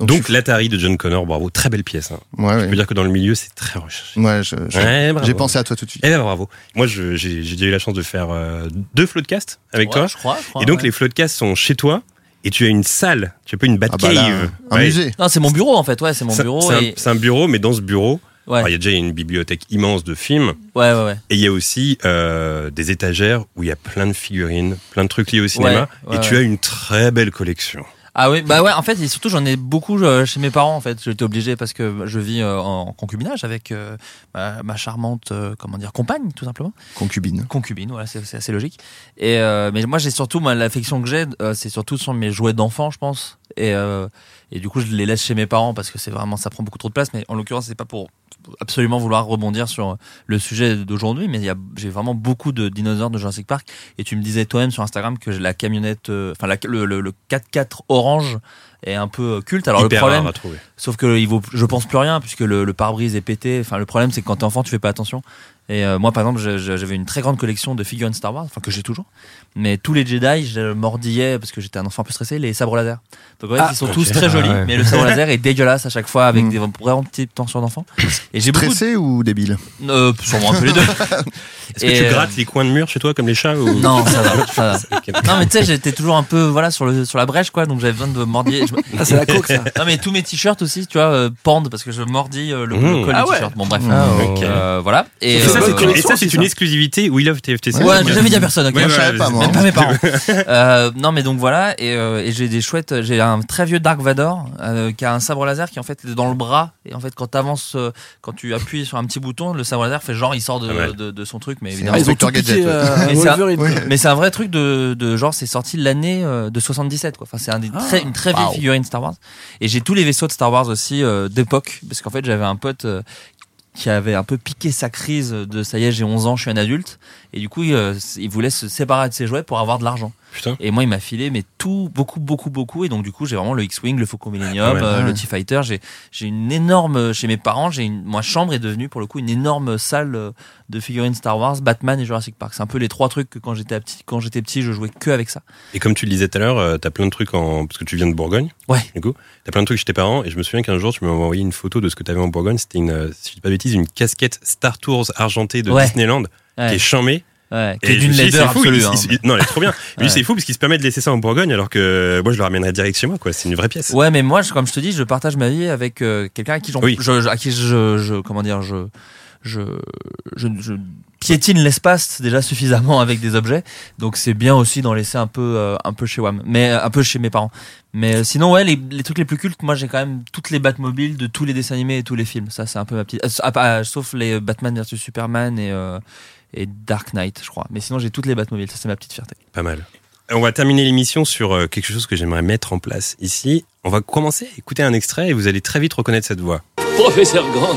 Donc l'Atari de John Connor, bravo, très belle pièce. Hein. Ouais, Je ouais. peux dire que dans le milieu, c'est très recherché. Ouais, je- je- Ouais, bravo. j'ai pensé à toi tout de suite. Eh ben bravo. Moi, je- j'ai j'ai déjà eu la chance de faire euh, deux floodcasts avec Ouais, toi. je crois, je crois, Et donc ouais. les floodcasts sont chez toi et tu as une salle, tu as pas une Ah bah Batcave. là, un Ouais. musée. Non, c'est mon bureau en fait, ouais, c'est mon C'est- bureau. C'est un, et... c'est un bureau, mais dans ce bureau, Ouais. alors, il y a déjà une bibliothèque immense de films. ouais, ouais, ouais. Et il y a aussi euh, des étagères où il y a plein de figurines, plein de trucs liés au cinéma. Ouais, ouais, et tu ouais. as une très belle collection. Ah oui, bah ouais, en fait, et surtout j'en ai beaucoup euh, chez mes parents en fait. J'étais obligé parce que je vis euh, en concubinage avec euh, ma, ma charmante, euh, comment dire, compagne, tout simplement. Concubine. Concubine, voilà, c'est c'est assez logique. Et euh, mais moi, j'ai surtout, moi, l'affection que j'ai, euh, c'est surtout sur mes jouets d'enfants, je pense. Et euh, et du coup, je les laisse chez mes parents parce que c'est vraiment, ça prend beaucoup trop de place. Mais en l'occurrence, c'est pas pour absolument vouloir rebondir sur le sujet d'aujourd'hui, mais il y a, j'ai vraiment beaucoup de dinosaures de Jurassic Park. Et tu me disais toi-même sur Instagram que la camionnette, euh, enfin la- le, le, le quatre-quatre orange est un peu culte. Alors Hyper le problème, rare à trouver. sauf que il vaut, je pense plus rien puisque le, le pare-brise est pété. Enfin le problème c'est que quand t'es enfant tu fais pas attention. Et euh, moi par exemple je- je- j'avais une très grande collection de figurines Star Wars, enfin que j'ai toujours. Mais tous les Jedi je mordillais parce que j'étais un enfant un peu stressé les sabres laser. Donc en fait Ah, ils sont ok. tous très jolis, Ah ouais. mais le sabre laser est dégueulasse à chaque fois avec Mm. des vraiment petites tensions d'enfant. Et j'ai beaucoup, Stressé ou débile? euh, sûrement un peu les deux. Est-ce que Et, tu euh, grattes les coins de mur chez toi comme les chats ou... Non, ça va, ça va. Ok. Non mais tu sais j'étais toujours un peu voilà sur le sur la brèche quoi, donc j'avais besoin de mordiller. Je me- Ah, c'est la coke, ça. Non mais tous mes t-shirts aussi tu vois euh, pendent parce que je mordis euh, le, Mmh. le col Ah du ouais. t-shirt. Bon bref. Ah, ok. Euh, voilà. Et Et C'est ça, bonne c'est une, et collection ça, c'est aussi, une ça. exclusivité We Love T F T C. Ouais, j'ai jamais dit à personne. Ok. Ouais, je savais ouais, pas, moi. Même pas mes parents. euh, non, mais donc voilà, et, euh, et j'ai des chouettes. J'ai un très vieux Dark Vador euh, qui a un sabre laser qui en fait est dans le bras. Et en fait, quand t'avances, euh, quand tu appuies sur un petit bouton, le sabre laser fait genre il sort de, Ah ouais. de, de son truc, mais C'est évidemment. Ah, ils ont tout Inspecteur piqué Gadget, euh, Et ça- Wolverine. Oui. Mais c'est un vrai truc de, de genre, c'est sorti l'année euh, de soixante-dix-sept quoi. Enfin, c'est un des Ah, très, une très vieille wow. figurine Star Wars. Et j'ai tous les vaisseaux de Star Wars aussi euh, d'époque, parce qu'en fait j'avais un pote euh, qui avait un peu piqué sa crise de ça y est j'ai onze ans, je suis un adulte, et du coup euh, il voulait se séparer de ses jouets pour avoir de l'argent. Putain. Et moi il m'a filé mais tout beaucoup beaucoup beaucoup, et donc du coup j'ai vraiment le X-Wing, le Faucon Millennium, Ouais, euh, ouais. le T-Fighter. J'ai j'ai une énorme chez mes parents, j'ai une ma chambre est devenue pour le coup une énorme salle euh, de figurines Star Wars, Batman et Jurassic Park. C'est un peu les trois trucs que quand j'étais petit quand j'étais petit je jouais que avec ça. Et comme tu le disais tout à l'heure, euh, t'as plein de trucs en... Parce que tu viens de Bourgogne. Ouais. Du coup, t'as plein de trucs chez tes parents. Et je me souviens qu'un jour, tu m'as envoyé une photo de ce que t'avais en Bourgogne. C'était une, euh, si je dis pas de bêtises, une casquette Star Tours argentée de Ouais. Disneyland. Qui Ouais. est chamée. Ouais, Et qui est je d'une me suis dit, laideur c'est fou, absolue. il- hein. il- non, elle est trop bien. Je me dis, Ouais. c'est fou parce qu'il se permet de laisser ça en Bourgogne alors que moi, je le ramènerais direct chez moi, quoi. C'est une vraie pièce. Ouais, mais moi, je- comme je te dis, je partage ma vie avec euh, quelqu'un à qui, j'en- Oui. je, je- à qui je, je, comment dire, je, je, je, je piétine l'espace déjà suffisamment avec des objets. Donc c'est bien aussi d'en laisser un peu, euh, un peu chez W A M, mais euh, un peu chez mes parents. Mais euh, sinon, ouais, les, les trucs les plus cultes, moi, j'ai quand même toutes les Batmobiles de tous les dessins animés et tous les films. Ça, c'est un peu ma petite, euh, ah, ah, sauf les Batman versus Superman et euh, et Dark Knight, je crois. Mais sinon, j'ai toutes les Batmobiles. Ça, c'est ma petite fierté. Pas mal. On va terminer l'émission sur euh, quelque chose que j'aimerais mettre en place ici. On va commencer à écouter un extrait et vous allez très vite reconnaître cette voix. Professeur Grant,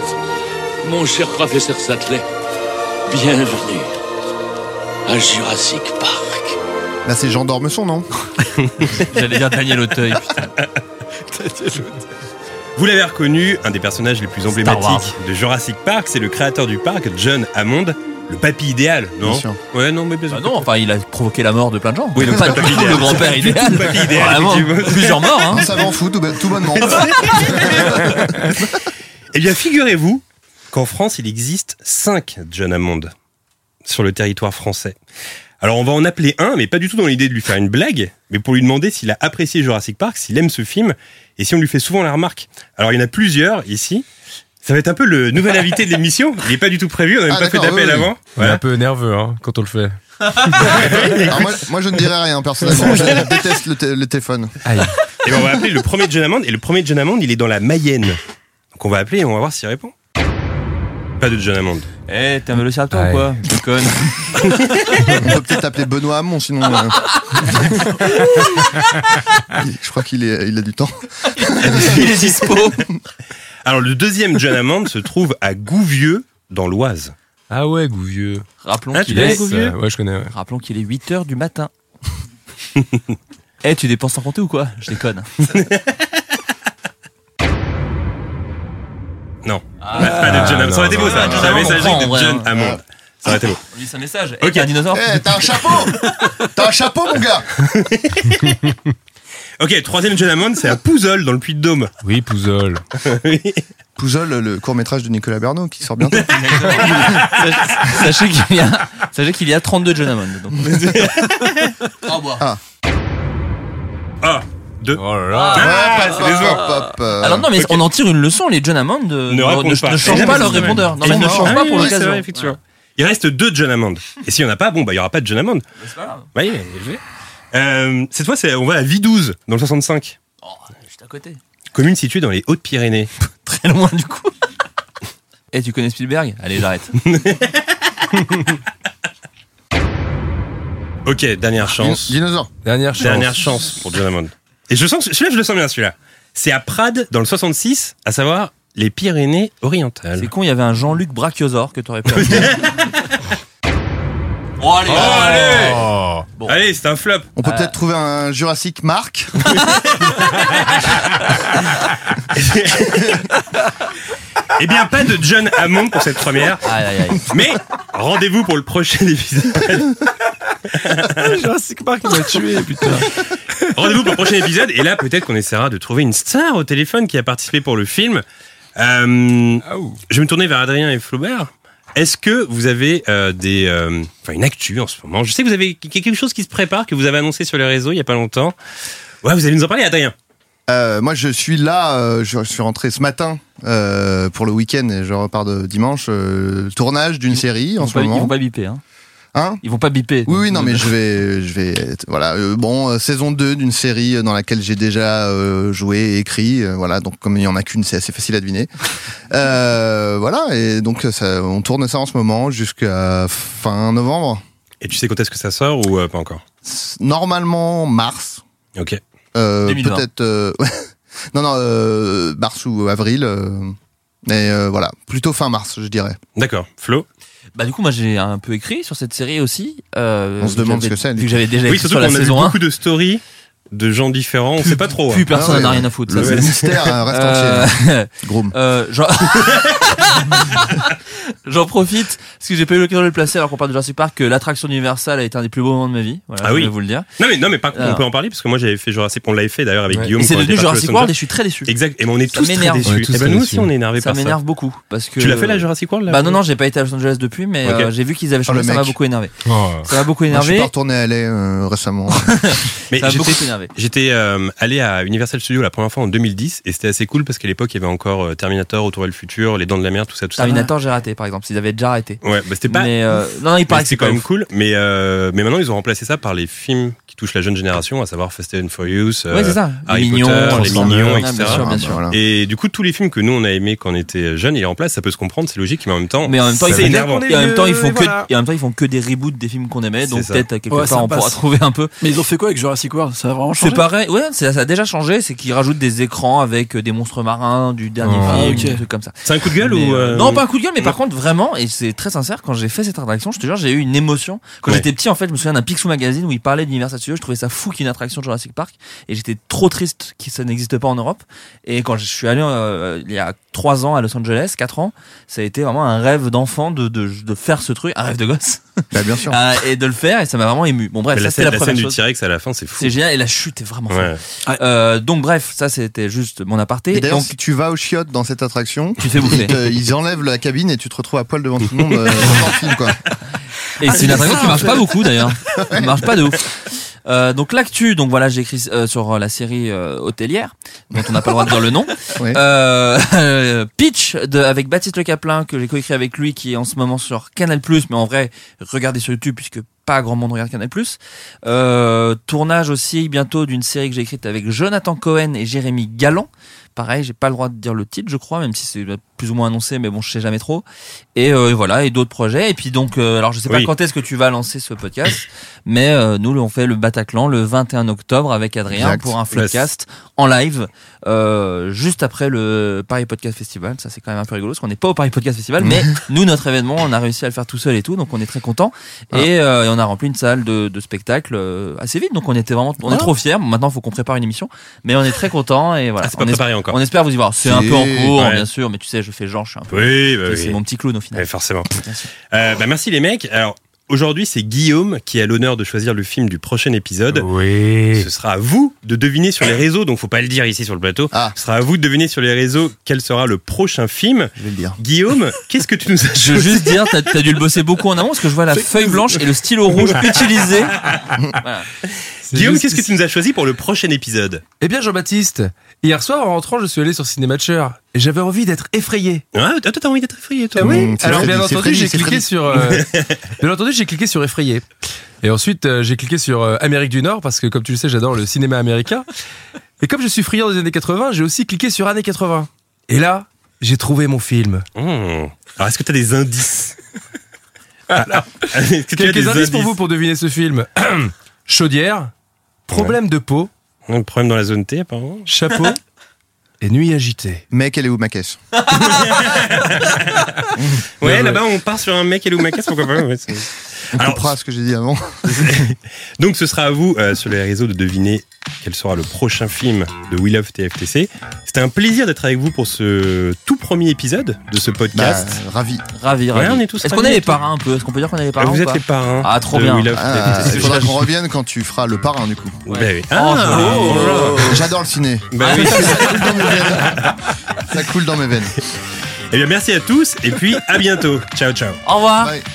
mon cher professeur Sattler, bienvenue à Jurassic Park. Là, c'est Jean d'Ormesson, non? J'allais dire Daniel Auteuil, putain. Vous l'avez reconnu, un des personnages les plus Wars. emblématiques de Jurassic Park, c'est le créateur du parc, John Hammond, le papy idéal, non? Bien sûr. Ouais, non, mais bien sûr. Bah non, enfin, il a provoqué la mort de plein de gens. Oui, donc pas c'est du pas tout idéal. le grand-père idéal. Le papy idéal, Vraiment, effectivement. plusieurs morts, hein. Un savant fou, tout, tout bonnement. Eh bien, figurez-vous qu'en France, il existe cinq John Hammond sur le territoire français. Alors, on va en appeler un, mais pas du tout dans l'idée de lui faire une blague, mais pour lui demander s'il a apprécié Jurassic Park, s'il aime ce film, et si on lui fait souvent la remarque. Alors, il y en a plusieurs ici. Ça va être un peu le nouvel invité de l'émission. Il n'est pas du tout prévu, on n'a même Ah, pas fait d'accord, d'appel oui, oui. avant. On est Voilà. un peu nerveux hein, quand on le fait. Alors moi, moi, je ne dirais rien, personnellement. Je déteste le, té- le téléphone. Aïe. Et ben, on va appeler le premier John Hammond, et le premier John Hammond, il est dans la Mayenne. Donc, on va appeler et on va voir s'il répond. Pas de John Hammond. Eh, t'es un velociraptor Ouais. ou quoi? Je déconne. On peut peut-être appeler Benoît Hamon, sinon. euh. Je crois qu'il est, il a du temps. Il est dispo. Alors, le deuxième John Hammond se trouve à Gouvieux, dans l'Oise. Ah ouais, Gouvieux. Rappelons Ah, tu qu'il connais est, Gouvieux Euh, Ouais, je connais. Ouais. rappelons qu'il est huit heures du matin. Eh, tu dépenses sans compter ou quoi? Je déconne. Non, pas, pas de John Hammond. Ça aurait été beau, ça. non, C'est un non, messager on comprend, en de vrai, John hein. Hammond. Ça aurait été beau. On lit un message. Eh, Ok. t'es un dinosaure? Eh, t'as un chapeau! T'as un chapeau, mon gars! Ok, troisième John Hammond, c'est à Pouzol, dans le Puy-de-Dôme. Oui, Pouzol. Oui. Pouzol, le court-métrage de Nicolas Bernot qui sort bientôt. Sachez qu'il y a, sachez qu'il y a trente-deux John Hammond. Donc. Au revoir. Ah. Ah, deux. Oh là là. Ah, c'est les hop, autres. hop, euh, Alors non, mais ok. on en tire une leçon. Les John Hammond euh, Ne répondent ne, pas. ne changent Et pas là, leur c'est répondeur. Non, Et mais ils ne non, changent pas oui, pour oui, l'occasion. c'est vrai, effectivement. Il reste deux John Hammond. Et s'il n'y en a pas, bon, bah, il n'y aura pas de John Hammond. C'est pas grave. Oui, mais je vais. Euh, cette fois, c'est, on va à V douze, dans le soixante-cinq. Oh, juste à côté. Commune située dans les Hautes-Pyrénées. Très loin du coup. Eh, tu connais Spielberg? Allez, j'arrête. Ok, dernière chance. Dinosaure. Dernière chance. Dernière chance pour John Hammond. Et je sens, celui-là, je le sens bien, celui-là. C'est à Prades, dans le soixante-six, à savoir les Pyrénées-Orientales. C'est con, il y avait un Jean-Luc Brachiosaure que t'aurais pu appeler. Oh, allez, Oh, allez Oh. Bon. Allez, c'est un flop. On peut Euh. peut-être trouver un Jurassic Mark. Eh bien, pas de John Hammond pour cette première. Aïe, aïe, aïe. Mais rendez-vous pour le prochain épisode. Jurassic Park m'a tué, putain. Rendez-vous pour le prochain épisode. Et là, peut-être qu'on essaiera de trouver une star au téléphone qui a participé pour le film. Euh, je vais me tourner vers Adrien et Flaubert. Est-ce que vous avez euh, des, euh, enfin une actu en ce moment? Je sais que vous avez quelque chose qui se prépare, que vous avez annoncé sur les réseaux il y a pas longtemps. Ouais, vous allez nous en parler, Adrien. Euh, moi, je suis là. Euh, je, je suis rentré ce matin euh, pour le week-end et je repars de dimanche. Euh, le tournage d'une série Ils en vont ce pas, ils moment. vont pas biper, hein. Hein Ils vont pas biper. Oui, oui, non, mais je vais, je vais, être- voilà, euh, bon, euh, saison deux d'une série dans laquelle j'ai déjà euh, joué et écrit, euh, voilà, donc comme il y en a qu'une, c'est assez facile à deviner. Euh, voilà, et donc ça, on tourne ça en ce moment jusqu'à fin novembre. Et tu sais quand est-ce que ça sort ou euh, pas encore? S- Normalement mars, Ok. euh, deux mille vingt. peut-être, euh, non, non, euh, mars ou avril, euh, mais euh, voilà, plutôt fin mars, je dirais. D'accord. Flo? Bah du coup moi j'ai un peu écrit sur cette série aussi. Euh, On se vu demande j'avais- ce que c'est, du Vu que coup. j'avais déjà Oui, écrit surtout sur la qu'on a vu saison un. beaucoup de stories de gens différents. On sait pas trop. Plus hein. personne Ah ouais. n'a rien à foutre. Ça, Le c'est- mystère euh, reste entier. Euh, Groom. euh, j'en... J'en profite parce que j'ai pas eu l'occasion de le placer alors qu'on parle de Jurassic Park que l'attraction Universal a été un des plus beaux moments de ma vie. Voilà, Ah je oui. vais vous le dire. Non mais non mais par contre, on Alors. peut en parler parce que moi j'avais fait Jurassic, on l'avait fait d'ailleurs avec Ouais. Guillaume. Et c'est quand on devenu était parti à Jurassic Los World et Angeles. je suis très déçu. Exact. Et ben on est Ça tous m'énerve. très On est déçus. tous Et ben très nous aussi déçus. on est énervés Ça par ça. m'énerve beaucoup parce que Tu l'as fait la Jurassic World là Bah non non j'ai pas été à Los Angeles depuis mais Ok. euh, j'ai vu qu'ils avaient Oh, changé le ça m'a mec. beaucoup énervé. Oh. Ça m'a beaucoup Moi, je suis énervé. pas retourné à L A euh, récemment. Mais Ça m'a beaucoup j'étais énervé. j'étais euh, allé à Universal Studios la première fois en deux mille dix et c'était assez cool parce qu'à l'époque il y avait encore euh, Terminator, Retour vers le futur, Les Dents de la Mer, tout ça tout ça. Terminator j'ai raté par exemple s'ils avaient déjà arrêté. Ouais, bah c'était pas Mais euh, non non il mais paraît que c'est c'est quand pas même ouf. cool, mais euh, mais maintenant ils ont remplacé ça par les films qui touchent la jeune génération, à savoir Fast and Furious, euh, Ouais c'est ça. Les Harry mignons, Potter, les Transformers, mignons, ouais, et cetera. bien sûr bien Ah, sûr. bah, voilà. Et du coup tous les films que nous on a aimés quand on était jeunes, il est en place, ça peut se comprendre, c'est logique, mais en même temps, Mais en même temps, c'est ils font, énervant. et en même temps, ils font Et que, voilà. et en même temps, ils font que des reboots des films qu'on aimait, donc C'est ça. peut-être quelque Ouais, part ça on pourra passe. trouver un peu. Mais ils ont fait quoi avec Jurassic World? Ça a vraiment changé? C'est pareil, ouais, ça, ça a déjà changé, c'est qu'ils rajoutent des écrans avec des monstres marins du dernier Oh. film, Ah, ok. des trucs comme ça. C'est un coup de gueule Mais, ou euh, euh, Non, pas un coup de gueule, mais par non. contre, vraiment, et c'est très sincère, quand j'ai fait cette attraction, je te jure, j'ai eu une émotion. Quand Ouais. j'étais petit, en fait, je me souviens d'un Picsou Magazine où il parlait d'Universal Studios, je trouvais ça fou qu'il y ait une attraction de Jurassic Park, et j'étais trop triste que ça n'existe pas en Europe. Et quand je suis allé euh, il y a trois ans à Los Angeles, quatre ans, ça a été vraiment un rêve d'enfant de, de, de faire ce truc, un rêve de gosse, Bah, bien sûr. Ah, et de le faire, et ça m'a vraiment ému. Bon, bref, Mais ça la c'était scène, la la première scène du chose. T-Rex à la fin, c'est fou. C'est génial, et la chute est vraiment folle. Ouais. Euh, donc bref, ça c'était juste mon aparté. Et d'ailleurs, Donc si tu vas au chiottes dans cette attraction, tu te fais bouffer. ils, te- ils enlèvent la cabine et tu te retrouves à poil devant tout le monde euh, dans le film, quoi. Et c'est une attraction qui marche pas beaucoup d'ailleurs. Ça marche pas de ouf. Euh, donc l'actu, donc voilà, j'ai écrit euh, sur la série euh, hôtelière, dont on n'a pas le droit de dire le nom. Ouais. Euh, Pitch de, avec Baptiste Le Caplin, que j'ai coécrit avec lui, qui est en ce moment sur Canal+, mais en vrai, regardez sur YouTube puisque pas grand monde regarde Canal+. Euh, tournage aussi bientôt d'une série que j'ai écrite avec Jonathan Cohen et Jérémy Galland. Pareil, j'ai pas le droit de dire le titre, je crois, même si c'est plus ou moins annoncé, mais bon, je sais jamais trop. Et euh, voilà, et d'autres projets. Et puis donc, euh, alors je sais pas Oui. quand est-ce que tu vas lancer ce podcast, mais euh, nous, on fait le Bataclan le vingt et un octobre avec Adrien Exact. pour un Flipcast en live, euh, juste après le Paris Podcast Festival. Ça, c'est quand même un peu rigolo, parce qu'on n'est pas au Paris Podcast Festival, mais nous, notre événement, on a réussi à le faire tout seul et tout, donc on est très content. Et, euh, et on a rempli une salle de, de spectacle euh, assez vite, donc on était vraiment, on est Ah. trop fiers. Bon, maintenant, il faut qu'on prépare une émission, mais on est très content et voilà. Ah, c'est pas on, es- préparé encore. on espère vous y voir. C'est Si. un peu en cours, Ouais. bien sûr, mais tu sais, je fais genre, je suis un peu. Oui, bah C'est oui. mon petit clown au final. Ouais, forcément. Bien sûr. Euh, bah merci les mecs. Alors aujourd'hui, c'est Guillaume qui a l'honneur de choisir le film du prochain épisode. Oui. Ce sera à vous de deviner sur les réseaux, donc faut pas le dire ici sur le plateau. Ah. Ce sera à vous de deviner sur les réseaux quel sera le prochain film. Je vais le dire. Guillaume, qu'est-ce que tu nous as Je veux choisi? juste dire, t'as, t'as dû le bosser beaucoup en amont parce que je vois la feuille blanche et le stylo rouge utilisé. Voilà. C'est Guillaume, juste qu'est-ce que tu nous as choisi pour le prochain épisode? Eh bien, Jean-Baptiste, hier soir, en rentrant, je suis allé sur Cinématcher et j'avais envie d'être effrayé. Ah, toi, t'as envie d'être effrayé, toi? Ah oui. Mmh, c'est Alors, Freddy, bien c'est entendu, Freddy, j'ai c'est cliqué Freddy. sur. euh, bien entendu, j'ai cliqué sur effrayé. Et ensuite, euh, j'ai cliqué sur euh, Amérique du Nord parce que, comme tu le sais, j'adore le cinéma américain. Et comme je suis friand des années quatre-vingts, j'ai aussi cliqué sur années quatre-vingts. Et là, j'ai trouvé mon film. Mmh. Alors, est-ce que t'as des indices? Alors, est-ce que tu as Quelques des indices pour vous pour deviner ce film. Chaudière, problème de peau, Un problème dans la zone T, apparemment. chapeau et nuit agitée. Mec, elle est où ma caisse? Ouais, Ouais, là-bas, on part sur un mec et Lou Macasse, pourquoi pas. Ouais, c'est- On Alors, comprend ce que j'ai dit avant. Donc, ce sera à vous, euh, sur les réseaux, de deviner quel sera le prochain film de We Love T F T C. C'était un plaisir d'être avec vous pour ce tout premier épisode de ce Bah, podcast. ravi. Ravi, Ouais, ravi. on est tous Est-ce ravis qu'on est les d'être là. parrains un peu? Est-ce qu'on peut dire qu'on est les Euh, parrains vous ou êtes pas les parrains. Ah, trop de bien. We Love Ah, T F T C. il faudra qu'on revienne quand tu feras le parrain du coup. Bah oui. Oh, Ah, oh, voilà. J'adore le ciné. Bah oui. Ça coule dans mes veines. Ça coule dans mes veines. Eh bien, merci à tous et puis à bientôt. Ciao, ciao. Au revoir. Bye.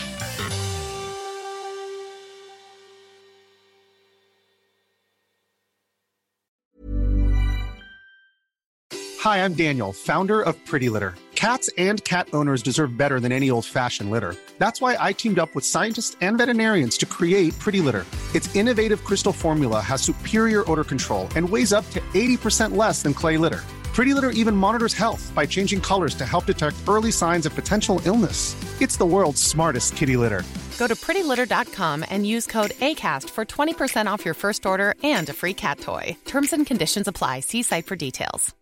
Hi, I'm Daniel, founder of Pretty Litter. Cats and cat owners deserve better than any old-fashioned litter. That's why I teamed up with scientists and veterinarians to create Pretty Litter. Its innovative crystal formula has superior odor control and weighs up to eighty percent less than clay litter. Pretty Litter even monitors health by changing colors to help detect early signs of potential illness. It's the world's smartest kitty litter. Go to pretty litter dot com and use code ACAST for twenty percent off your first order and a free cat toy. Terms and conditions apply. See site for details.